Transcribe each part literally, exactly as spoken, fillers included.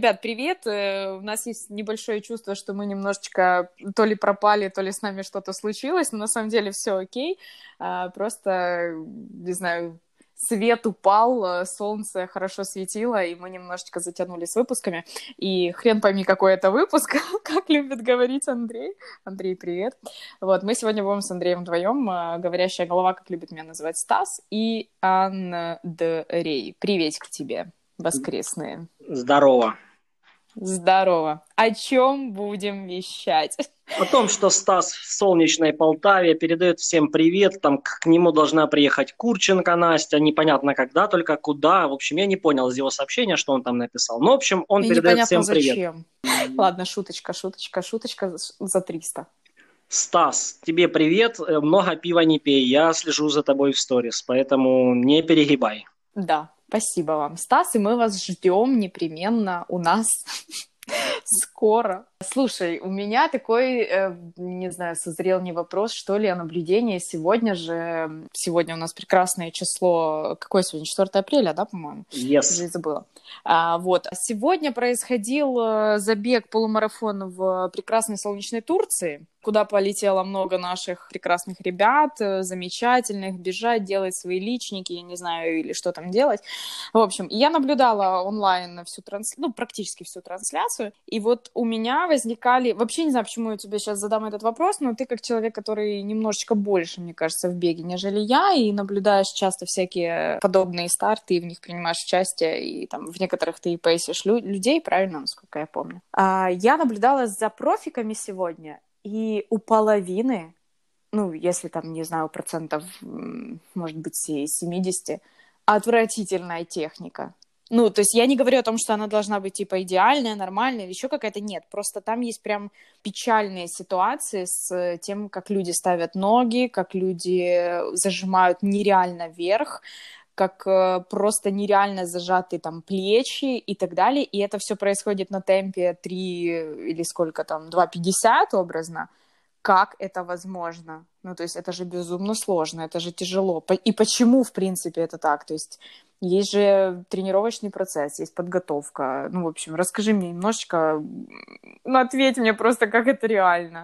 Ребят, привет! Э, У нас есть небольшое чувство, что мы немножечко то ли пропали, то ли с нами что-то случилось, но на самом деле все окей. А, Просто, не знаю, свет упал, э, солнце хорошо светило, и мы немножечко затянули с выпусками. И хрен пойми, какой это выпуск, как любит говорить Андрей. Андрей, привет! Вот, мы сегодня будем с Андреем вдвоем, э, говорящая голова, как любит меня называть Стас, и Андрей. Приветик тебе, воскресные. Здорово. Здорово. О чем будем вещать? О том, что Стас в солнечной Полтаве передает всем привет, там к нему должна приехать Курченко Настя, непонятно когда, только куда. В общем, я не понял из его сообщения, что он там написал. Но, в общем, он И передает непонятно всем привет. зачем. Ладно, шуточка, шуточка, шуточка за триста. Стас, тебе привет, э, много пива не пей, я слежу за тобой в сторис, поэтому не перегибай. Да, спасибо вам, Стас, и мы вас ждем непременно у нас скоро. Слушай, у меня такой, э, не знаю, созрел не вопрос, что ли, а наблюдение. Сегодня же, сегодня у нас прекрасное число, какое сегодня, четвёртое апреля, да, по-моему? Yes. Уже и забыла. А, вот. Сегодня происходил э, забег полумарафон в прекрасной солнечной Турции, куда полетело много наших прекрасных ребят, э, замечательных, бежать, делать свои личники, я не знаю, или что там делать. В общем, я наблюдала онлайн всю трансляцию, ну, практически всю трансляцию, и вот у меня возникали... Вообще не знаю, почему я тебе сейчас задам этот вопрос, но ты как человек, который немножечко больше, мне кажется, в беге, нежели я, и наблюдаешь часто всякие подобные старты, и в них принимаешь участие, и там в некоторых ты и пейсишь лю- людей, правильно, насколько я помню. А, я наблюдала за профиками сегодня, и у половины, ну, если там, не знаю, процентов, может быть, и семьдесят, отвратительная техника. Ну, то есть я не говорю о том, что она должна быть, типа, идеальная, нормальная или еще какая-то. Нет, просто там есть прям печальные ситуации с тем, как люди ставят ноги, как люди зажимают нереально вверх, как э, просто нереально зажаты там плечи и так далее. И это все происходит на темпе три или сколько там, два пятьдесят образно. Как это возможно? Ну, то есть это же безумно сложно, это же тяжело. И почему, в принципе, это так? То есть есть же тренировочный процесс, есть подготовка. Ну, в общем, расскажи мне немножечко, ну, ответь мне просто, как это реально.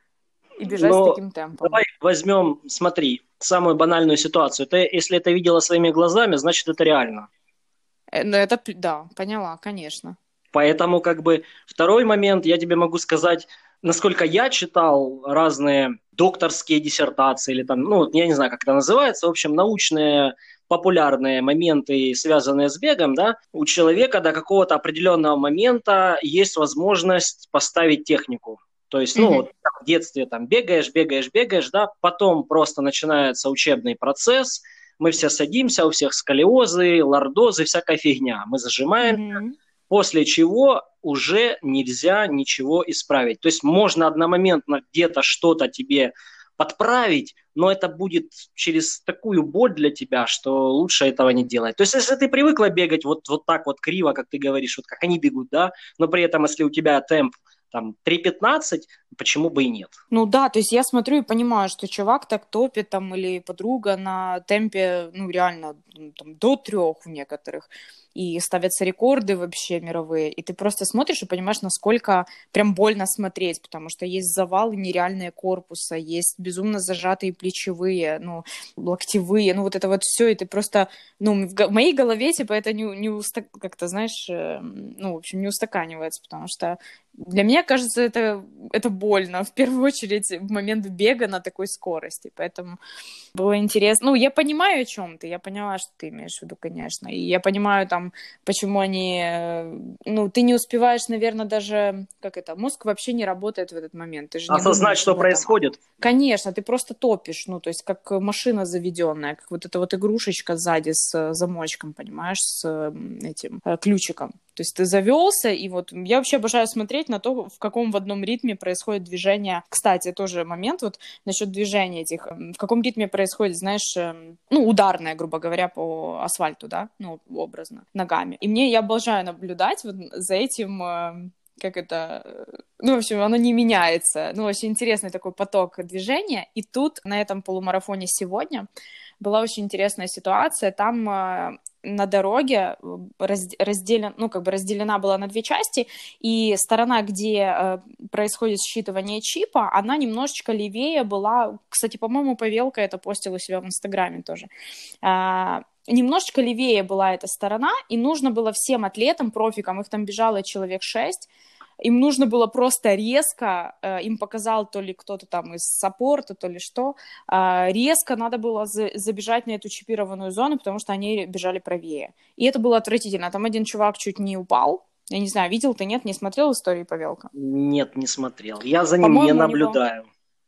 И бежать с Но таким темпом. давай возьмем, смотри, самую банальную ситуацию. Ты, если это видела своими глазами, значит, это реально. Э, Ну, это, п- да, поняла, конечно. Поэтому, как бы, второй момент, я тебе могу сказать, насколько я читал разные докторские диссертации, или там, ну, я не знаю, как это называется, в общем, научные популярные моменты, связанные с бегом, да, у человека до какого-то определенного момента есть возможность поставить технику. То есть, ну, Мгм. вот там в детстве там бегаешь, бегаешь, бегаешь, да, потом просто начинается учебный процесс, мы все садимся, у всех сколиозы, лордозы, всякая фигня. Мы зажимаем, Мгм. после чего уже нельзя ничего исправить. То есть можно одномоментно где-то что-то тебе подправить, но это будет через такую боль для тебя, что лучше этого не делать. То есть если ты привыкла бегать вот, вот так вот криво, как ты говоришь, вот как они бегут, да, но при этом если у тебя темп там три пятнадцать, почему бы и нет? Ну да, то есть я смотрю и понимаю, что чувак так топит там или подруга на темпе, ну реально, м, там, до трех в некоторых. И ставятся рекорды вообще мировые. И ты просто смотришь и понимаешь, насколько прям больно смотреть, потому что есть завалы нереальные корпуса, есть безумно зажатые плечевые, ну, локтевые, ну вот это вот все, и ты просто, ну, в, го- в моей голове, типа, это не, не уста- как-то, знаешь, э, ну, в общем, не устаканивается, потому что для меня, кажется, это, это больно, в первую очередь, в момент бега на такой скорости. Поэтому было интересно. Ну, я понимаю, о чем ты, я поняла, что ты имеешь в виду, конечно. И я понимаю, там, почему они... э, Ну, ты не успеваешь, наверное, даже... Как это? Мозг вообще не работает в этот момент. Ты же не Осознать, думаешь что об этом. происходит. Конечно, ты просто топишь, ну, то есть как машина заведенная, как вот эта вот игрушечка сзади с э, замочком, понимаешь, с м, этим э, ключиком. То есть ты завелся, и вот я вообще обожаю смотреть на то, в каком в одном ритме происходит движение. Кстати, тоже момент вот насчет движения этих. Эм, В каком ритме происходит, знаешь, эм, ну, ударное, грубо говоря, по асфальту, да, ну, образно, ногами. И мне, я обожаю наблюдать вот за этим... эм, как это, э, ну, в общем, оно не меняется. Ну, очень интересный такой поток движения. И тут, на этом полумарафоне сегодня, была очень интересная ситуация. Там э, на дороге разделен, ну, как бы разделена была на две части, и сторона, где э, происходит считывание чипа, она немножечко левее была. Кстати, по-моему, Павелка это постил у себя в Инстаграме тоже. А, немножечко левее была эта сторона, и нужно было всем атлетам, профикам, их там бежало человек шесть, им нужно было просто резко, э, им показал то ли кто-то там из саппорта, то ли что, э, резко надо было за- забежать на эту чипированную зону, потому что они бежали правее. И это было отвратительно. Там один чувак чуть не упал. Я не знаю, видел ты, нет? Не смотрел истории Павелка? Нет, не смотрел. Я за ним По-моему, не у него- наблюдаю.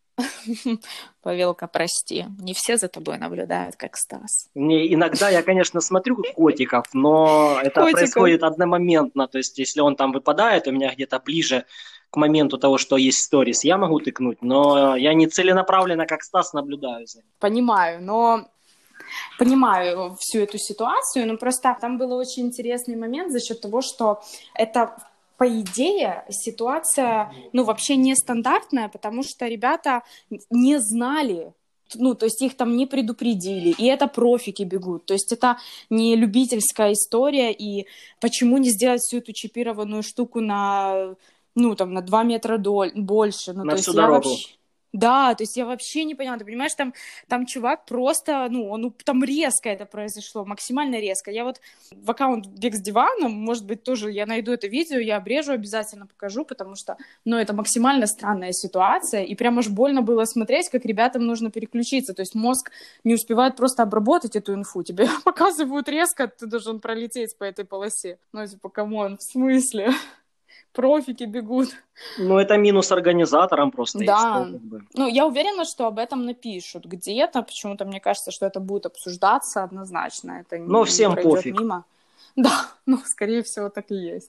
Павелка, прости, не все за тобой наблюдают, как Стас. Мне иногда я, конечно, смотрю котиков, но это Котиков. происходит одномоментно. То есть, если он там выпадает у меня где-то ближе к моменту того, что есть сторис, я могу тыкнуть, но я не целенаправленно, как Стас, наблюдаю за ним. Понимаю, но понимаю всю эту ситуацию, но просто там был очень интересный момент за счет того, что это, по идее, ситуация, ну, вообще нестандартная, потому что ребята не знали, ну, то есть их там не предупредили, и это профики бегут, то есть это не любительская история, и почему не сделать всю эту чипированную штуку на, ну, там, на два метра доль, больше, ну, На то всю есть я дорогу. вообще... Да, то есть я вообще не поняла, ты понимаешь, там, там чувак просто, ну, он, там резко это произошло, максимально резко. Я вот в аккаунт Бег с диваном, может быть, тоже я найду это видео, я обрежу, обязательно покажу, потому что, ну, это максимально странная ситуация, и прям аж больно было смотреть, как ребятам нужно переключиться, то есть мозг не успевает просто обработать эту инфу, тебе показывают резко, ты должен пролететь по этой полосе. Ну, типа, камон, в смысле? Профики бегут. Ну, это минус организаторам просто. и Да, что, как бы. ну, я уверена, что об этом напишут где-то, почему-то мне кажется, что это будет обсуждаться однозначно, это Но не всем пройдет пофиг. мимо. Да, ну, скорее всего, так и есть.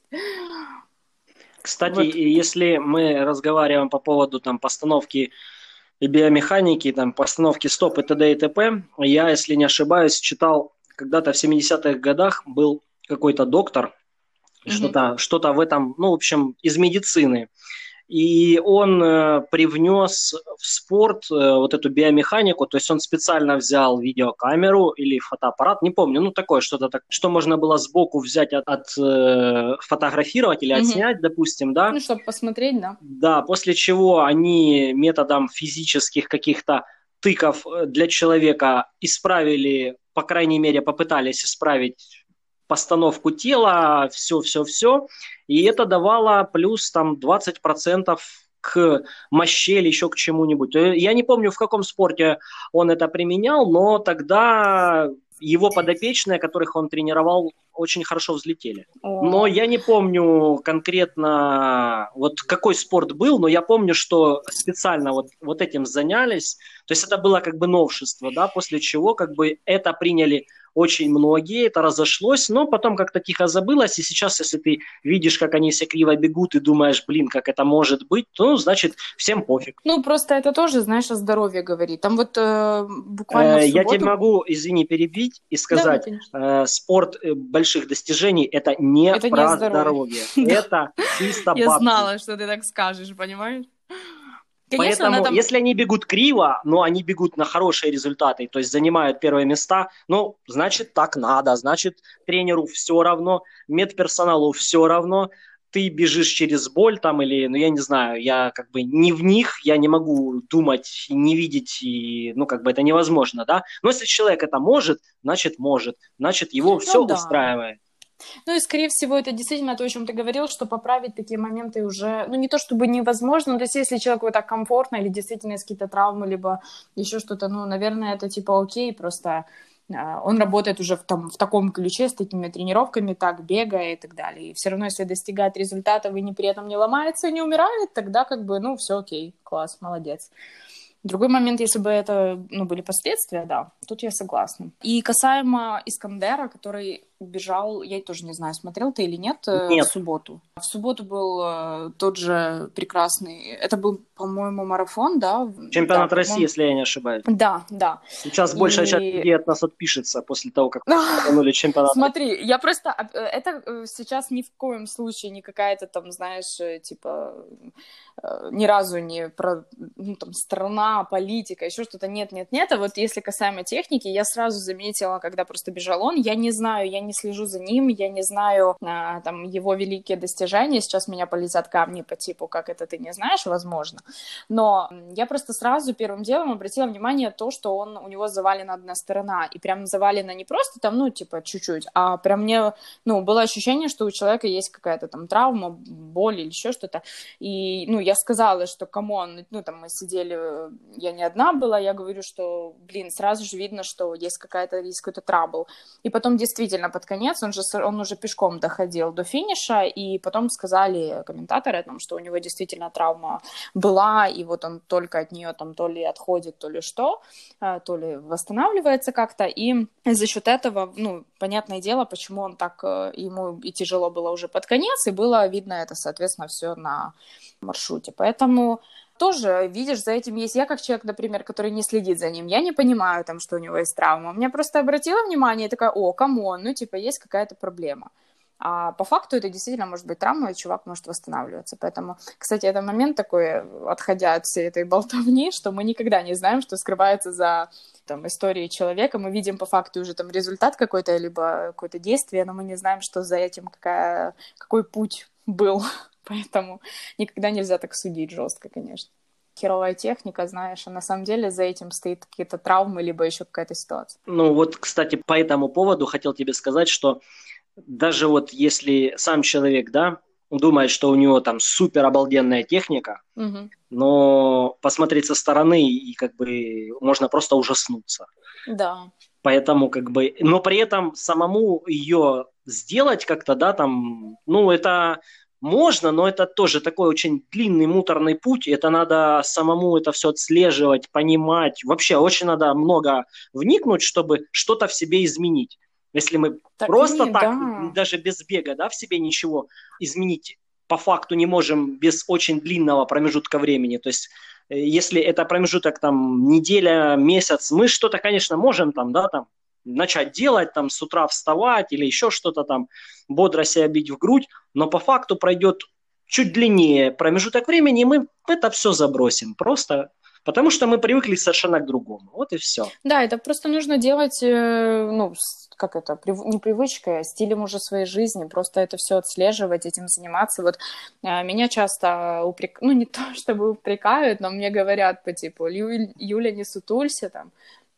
Кстати, Вот. и если мы разговариваем по поводу там постановки и биомеханики, там, постановки стоп и т.д. и т.п., я, если не ошибаюсь, читал когда-то в семидесятых годах был какой-то доктор, Мгм. что-то, что-то в этом, ну, в общем, из медицины. И он э, привнес в спорт э, вот эту биомеханику, то есть он специально взял видеокамеру или фотоаппарат, не помню, ну такое что-то, так, что можно было сбоку взять, от, от э, фотографировать или Мгм. отснять, допустим, да. Ну, чтобы посмотреть, да. Да, после чего они методом физических каких-то тыков э, для человека исправили, по крайней мере, попытались исправить постановку тела, все-все-все, и это давало плюс там двадцать процентов к мощи или еще к чему-нибудь. Э, Я не помню, в каком спорте он это применял, но тогда его подопечные, которых он тренировал, очень хорошо взлетели. Но О. я не помню конкретно, вот какой спорт был, но я помню, что специально вот, вот этим занялись. То есть это было как бы новшество, да, после чего как бы это приняли очень многие, это разошлось, но потом как-то тихо забылось, и сейчас, если ты видишь, как они все криво бегут, и думаешь, блин, как это может быть, то, ну, значит, всем пофиг. Ну, просто это тоже, знаешь, о здоровье говорит. Там вот э, буквально в Э, Я субботу... тебе могу, извини, перебить и Да, да, сказать, конечно. э, спорт э, больших достижений – это не Это не про здоровье. здоровье, Да. это чисто Я бабки. знала, что ты так скажешь, понимаешь? Конечно, Поэтому, она там... если они бегут криво, но они бегут на хорошие результаты, то есть занимают первые места, ну, значит, так надо, значит, тренеру все равно, медперсоналу все равно, ты бежишь через боль там или, ну, я не знаю, я как бы не в них, я не могу думать, не видеть, и, ну, как бы это невозможно, да, но если человек это может, значит, может, значит, его все Ну да. устраивает. Ну и, скорее всего, это действительно то, о чем ты говорил, что поправить такие моменты уже, ну, не то чтобы невозможно, но то есть если человеку так комфортно или действительно есть какие-то травмы, либо еще что-то, ну, наверное, это типа окей, просто э, он работает уже в, там, в таком ключе, с такими тренировками, так, бегая и так далее. И все равно, если достигает результатов и не, при этом не ломается и не умирает, тогда как бы, ну, все окей, класс, молодец. Другой момент, если бы это, ну, были последствия, да, тут я согласна. И касаемо Искандера, который бежал, я тоже не знаю, смотрел ты или нет, в Нет. субботу. В субботу был тот же прекрасный, это был, по-моему, марафон, да? Чемпионат да, России, если я не ошибаюсь. Да, да. Сейчас и... большая часть людей от нас отпишется после того, как стартанули чемпионат. Смотри, я просто... Это сейчас ни в коем случае не какая-то там, знаешь, типа... ни разу не про ну, там, страна, политика, еще что-то. Нет, нет, нет. А вот если касаемо техники, я сразу заметила, когда просто бежал он, я не знаю, я не слежу за ним, я не знаю а, там, его великие достижения. Сейчас меня полетят камни по типу, как это ты не знаешь, возможно. Но я просто сразу первым делом обратила внимание на то, что он, у него завалена одна сторона. И прям завалена не просто там, ну, типа, чуть-чуть, а прям мне, ну, было ощущение, что у человека есть какая-то там травма, боль или еще что-то. И, ну, я сказала, что, камон, ну, там мы сидели, я не одна была, я говорю, что, блин, сразу же видно, что есть, какая-то, есть какой-то трабл. И потом действительно под конец, он же он уже пешком доходил до финиша, и потом сказали комментаторы о том, что у него действительно травма была, и вот он только от нее там то ли отходит, то ли что, то ли восстанавливается как-то, и за счет этого, ну, понятное дело, почему он так, ему и тяжело было уже под конец, и было видно это, соответственно, все на маршруте. Поэтому тоже, видишь, за этим есть... Я как человек, например, который не следит за ним, я не понимаю, там, что у него есть травма. Меня просто обратила внимание и такая, о, камон, ну, типа, есть какая-то проблема. А по факту это действительно может быть травма, и чувак может восстанавливаться. Поэтому, кстати, это момент такой, отходя от всей этой болтовни, что мы никогда не знаем, что скрывается за там, историей человека. Мы видим по факту уже там результат какой-то, либо какое-то действие, но мы не знаем, что за этим, какая, какой путь был. Поэтому никогда нельзя так судить жестко, конечно. Херовая техника, знаешь, а на самом деле за этим стоит какие-то травмы, либо еще какая-то ситуация. Ну вот, кстати, по этому поводу хотел тебе сказать, что даже вот если сам человек, да, думает, что у него там супер обалденная техника, угу. но посмотреть со стороны и как бы можно просто ужаснуться. Да. Поэтому как бы, но при этом самому ее сделать как-то, да, там, ну это... Можно, но это тоже такой очень длинный, муторный путь. Это надо самому это все отслеживать, понимать. Вообще очень надо много вникнуть, чтобы что-то в себе изменить. Если мы так просто нет, так, да. даже без бега, да, в себе ничего изменить по факту не можем без очень длинного промежутка времени. То есть если это промежуток там неделя, месяц, мы что-то, конечно, можем там, да, там, начать делать, там, с утра вставать или еще что-то там, бодро себя бить в грудь, но по факту пройдет чуть длиннее промежуток времени, и мы это все забросим просто, потому что мы привыкли совершенно к другому. Вот и все. Да, это просто нужно делать, ну, как это, не привычкой, а стилем уже своей жизни, просто это все отслеживать, этим заниматься. Вот меня часто упрекают, ну, не то чтобы упрекают, но мне говорят по типу, Юля, не сутулься, там,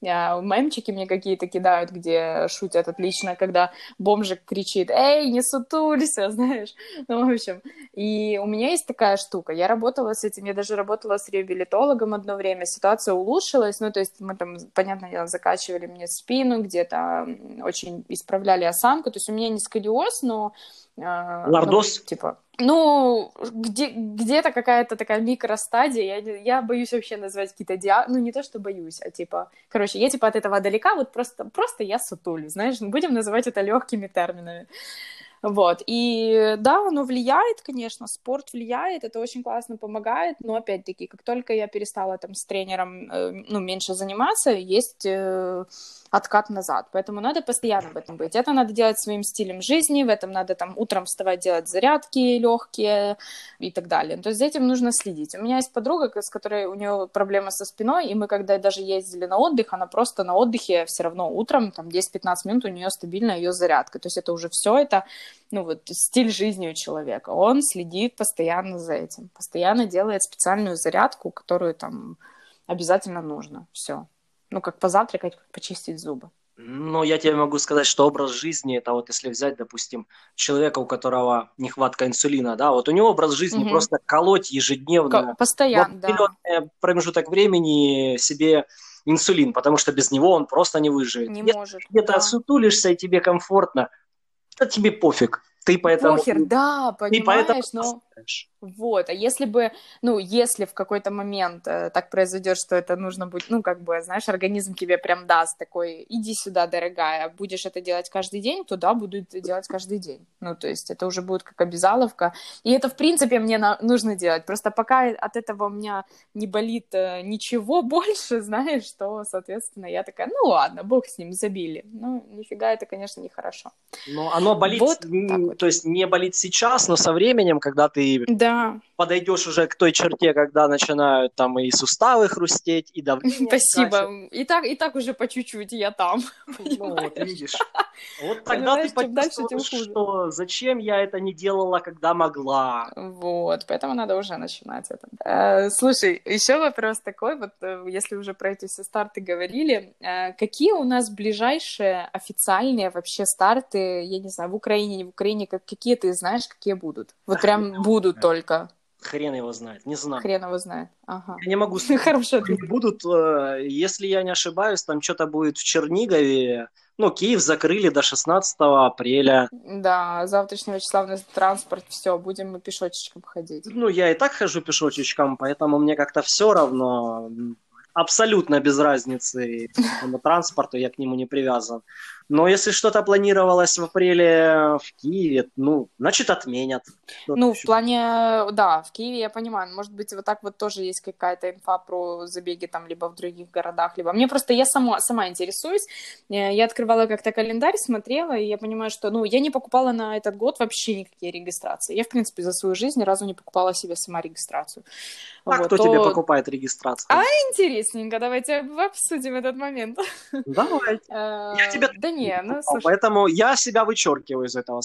мемчики мне какие-то кидают, где шутят отлично, когда бомжик кричит «Эй, не сутулься!», знаешь. Ну, в общем, и у меня есть такая штука. Я работала с этим, я даже работала с реабилитологом одно время, ситуация улучшилась, ну, то есть мы там, понятное дело, закачивали мне спину, где-то очень исправляли осанку, то есть у меня не сколиоз, но... Лордоз? Ну, типа... Ну, где, где-то какая-то такая микростадия, я, я боюсь вообще назвать какие-то диагнозы, ну, не то, что боюсь, а типа, короче, я типа от этого далека, вот просто, просто я сутулю, знаешь, будем называть это легкими терминами. Вот, и да, оно влияет, конечно, спорт влияет, это очень классно помогает, но опять-таки, как только я перестала там с тренером, э, ну, меньше заниматься, есть э, откат назад, поэтому надо постоянно в этом быть, это надо делать своим стилем жизни, в этом надо там утром вставать, делать зарядки легкие и так далее, то есть за этим нужно следить. У меня есть подруга, с которой у нее проблема со спиной, и мы когда даже ездили на отдых, она просто на отдыхе все равно утром, там десять-пятнадцать минут у нее стабильно ее зарядка, то есть это уже все, это ну вот стиль жизни у человека, он следит постоянно за этим, постоянно делает специальную зарядку, которую там обязательно нужно, все. Ну, как позавтракать, как почистить зубы. Ну, я тебе могу сказать, что образ жизни, это вот если взять, допустим, человека, у которого нехватка инсулина, да, вот у него образ жизни угу. просто колоть ежедневно. Постоянно, в определенный промежуток времени себе инсулин, потому что без него он просто не выживет. Не если может. где-то да. сутулишься и тебе комфортно, то тебе пофиг. Ты поэтому... Похер, да, понимаешь, поэтому но... Вот, а если бы, ну, если в какой-то момент э, так произойдет, что это нужно будет, ну, как бы, знаешь, организм тебе прям даст такой, иди сюда, дорогая, будешь это делать каждый день, то да, буду это делать каждый день. Ну, то есть это уже будет как обязаловка. И это, в принципе, мне на- нужно делать. Просто пока от этого у меня не болит э, ничего больше, знаешь, то, соответственно, я такая, ну, ладно, бог с ним, забили. Ну, нифига, это, конечно, нехорошо. Но оно болит, Вот так вот. то есть не болит сейчас, но со временем, когда ты Да. подойдешь уже к той черте, когда начинают там и суставы хрустеть, и давление скачет. Спасибо. И так, и так уже по чуть-чуть я там. Ну, вот видишь. Вот тогда Понимаешь, ты чем дальше, тем почувствуешь, хуже. что зачем я это не делала, когда могла. Вот, поэтому надо уже начинать это. Э, слушай, еще вопрос такой, вот э, если уже про эти все старты говорили, э, какие у нас ближайшие официальные вообще старты, я не знаю, в Украине, не в Украине, как, какие ты знаешь, какие будут? Вот прям будут только. Хрен его знает, не знаю. Хрен его знает. Ага. Я не могу сказать, Хорошо. что они будут. э, Если я не ошибаюсь, там что-то будет в Чернигове. Ну, Киев закрыли до шестнадцатого апреля. Да, с завтрашнего числа у нас транспорт, все, будем мы пешочечком ходить. Ну, я и так хожу пешочечком, поэтому мне как-то все равно. Абсолютно без разницы по транспорту, я к нему не привязан. Но если что-то планировалось в апреле в Киеве, ну, значит, отменят. Ну, в плане, да, в Киеве, я понимаю, может быть, вот так вот тоже есть какая-то инфа про забеги там либо в других городах, либо... Мне просто, я сама, сама интересуюсь, я открывала как-то календарь, смотрела, и я понимаю, что, ну, я не покупала на этот год вообще никакие регистрации. Я, в принципе, за свою жизнь ни разу не покупала себе сама регистрацию. А вот, кто то... тебе покупает регистрацию? А, интересненько, давайте обсудим этот момент. Давайте. Я тебе Да не, ну, слушай... Поэтому я себя вычеркиваю из этого.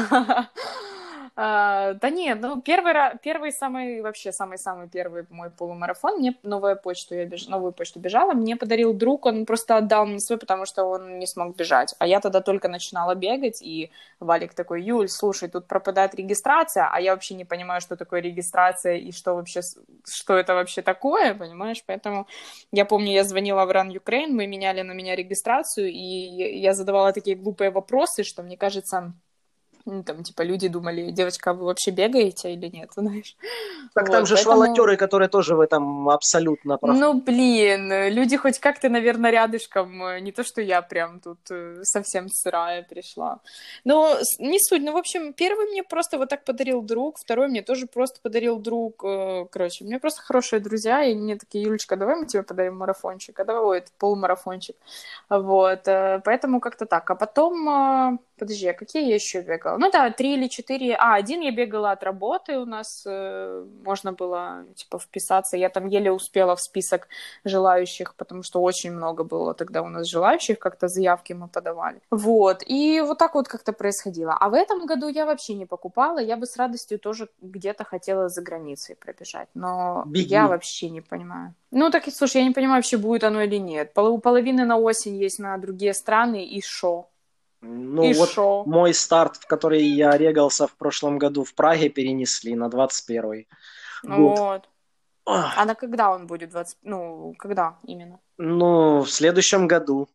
А, да нет, ну первый, первый самый, вообще самый-самый первый мой полумарафон, мне новую почту, я беж... новую почту бежала, мне подарил друг, он просто отдал мне свой, потому что он не смог бежать, а я тогда только начинала бегать, и Валик такой: Юль, слушай, тут пропадает регистрация, а я вообще не понимаю, что такое регистрация и что вообще, что это вообще такое, понимаешь, поэтому я помню, я звонила в Run Ukraine, мы меняли на меня регистрацию, и я задавала такие глупые вопросы, что, мне кажется... Ну, там, типа, люди думали: девочка, вы вообще бегаете или нет, знаешь? Так вот, там же поэтому... волонтеры, которые тоже в этом абсолютно прав. Ну, блин, люди хоть как-то, наверное, рядышком, не то, что я прям тут совсем сырая пришла. Но не суть, ну, в общем, первый мне просто вот так подарил друг, второй мне тоже просто подарил друг, короче, у меня просто хорошие друзья, и мне такие: Юлечка, давай мы тебе подарим марафончик, а давай, ой, это полумарафончик, вот, поэтому как-то так, а потом... Подожди, а какие я еще бегала? Ну да, три или четыре. А, один я бегала от работы, у нас э, можно было, типа, вписаться. Я там еле успела в список желающих, потому что очень много было тогда у нас желающих, как-то заявки мы подавали. Вот, и вот так вот как-то происходило. А в этом году я вообще не покупала, я бы с радостью тоже где-то хотела за границей пробежать, но Беги. Я вообще не понимаю. Ну так, слушай, я не понимаю, вообще будет оно или нет. Пол- у половины на осень есть на другие страны, и шо? Ну, И вот шо? мой старт, в который я регался в прошлом году в Праге, перенесли на двадцать первый год. Вот. Ах. А на когда он будет? двадцать... Ну, когда именно? Ну, в следующем году.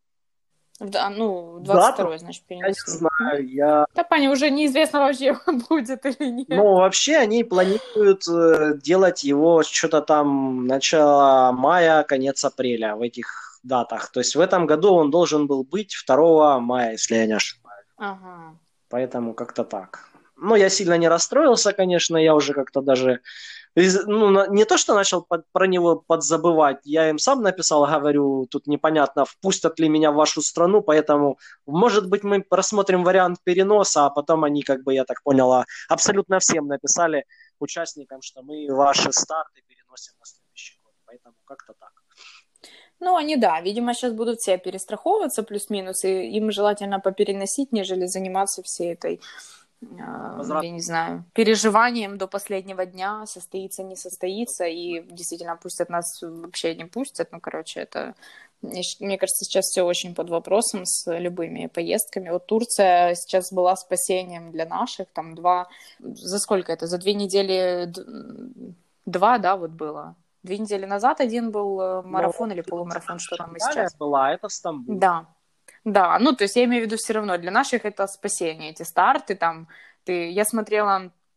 Да, ну, двадцать второй, значит, Я не перенесли. знаю, я... Да, Паня, уже неизвестно вообще, будет или нет. Ну, вообще они планируют э, делать его что-то там начало мая, конец апреля в этих датах. То есть в этом году он должен был быть второго мая, если я не ошибаюсь. Ага. Поэтому как-то так. Ну, я сильно не расстроился, конечно, я уже как-то даже... Ну, не то, что начал под, про него подзабывать, я им сам написал, говорю, тут непонятно, впустят ли меня в вашу страну, поэтому, может быть, мы рассмотрим вариант переноса, а потом они, как бы, я так поняла, абсолютно всем написали, участникам, что мы ваши старты переносим на следующий год, поэтому как-то так. Ну, они, да, видимо, сейчас будут все перестраховываться плюс-минус, и им желательно попереносить, нежели заниматься всей этой... Возврат. Я не знаю, переживанием до последнего дня, состоится, не состоится, и действительно пустят нас, вообще не пустят, ну, короче, это, мне кажется, сейчас все очень под вопросом с любыми поездками. Вот Турция сейчас была спасением для наших, там два, за сколько это, за две недели, два, да, вот было, две недели назад один был марафон, ну, или полумарафон, что там и сейчас. Была, это в Стамбуле. Да. Да, ну, то есть я имею в виду все равно, для наших это спасение, эти старты, там, ты, я смотрела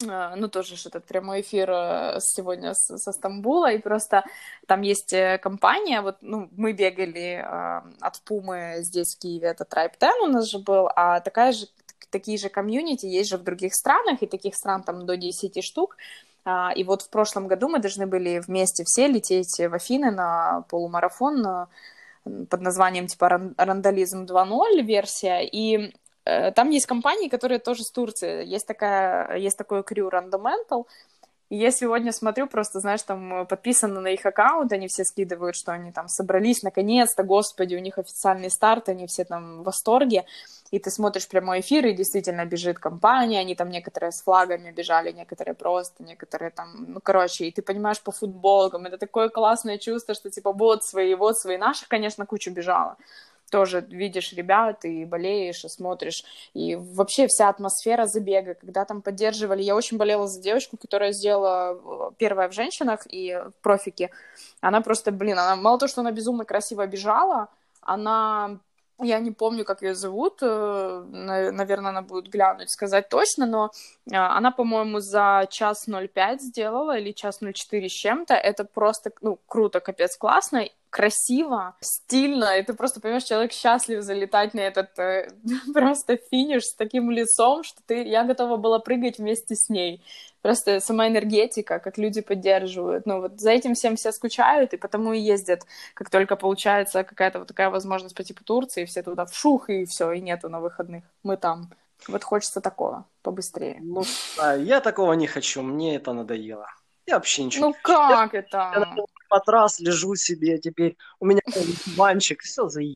э, ну, тоже ж этот прямой эфир э, сегодня с- со Стамбула, и просто там есть э, компания, вот, ну, мы бегали э, от Пумы здесь, в Киеве, это Tribe десять у нас же был, а такая же, такие же комьюнити есть же в других странах, и таких стран там до десяти штук. А, и вот в прошлом году мы должны были вместе все лететь в Афины на полумарафон э, под названием типа «Ран- «Рандализм два ноль» версия, и э, там есть компании, которые тоже с Турции. Есть, такая, есть такое крю Randomental, и я сегодня смотрю, просто, знаешь, там подписано на их аккаунт, они все скидывают, что они там собрались, наконец-то, господи, у них официальный старт, они все там в восторге, и ты смотришь прямой эфир, и действительно бежит компания, они там некоторые с флагами бежали, некоторые просто, некоторые там, ну, короче, и ты понимаешь по футболкам, это такое классное чувство, что типа вот свои, вот свои, наших, конечно, кучу бежало, тоже видишь ребят и болеешь, и смотришь. И вообще вся атмосфера забега, когда там поддерживали... Я очень болела за девочку, которая сделала первая в женщинах и в профике. Она просто, блин, она мало того, что она безумно красиво бежала, она... Я не помню, как ее зовут, наверное, она будет глянуть, сказать точно, но она, по-моему, за час ноль пять сделала или час ноль четыре с чем-то. Это просто, ну, круто, капец, классно, красиво, стильно, и ты просто понимаешь, человек счастлив залетать на этот э, просто финиш с таким лицом, что ты, я готова была прыгать вместе с ней. Просто сама энергетика, как люди поддерживают. Ну, вот за этим всем все скучают, и потому и ездят. Как только получается какая-то вот такая возможность по типу Турции, все туда вшух, и все, и нету на выходных. Мы там. Вот хочется такого, побыстрее. Ну, да, я такого не хочу, мне это надоело. Я вообще ничего Ну не хочу. как Я это? на матрас лежу себе теперь, у меня банчик, все заеб.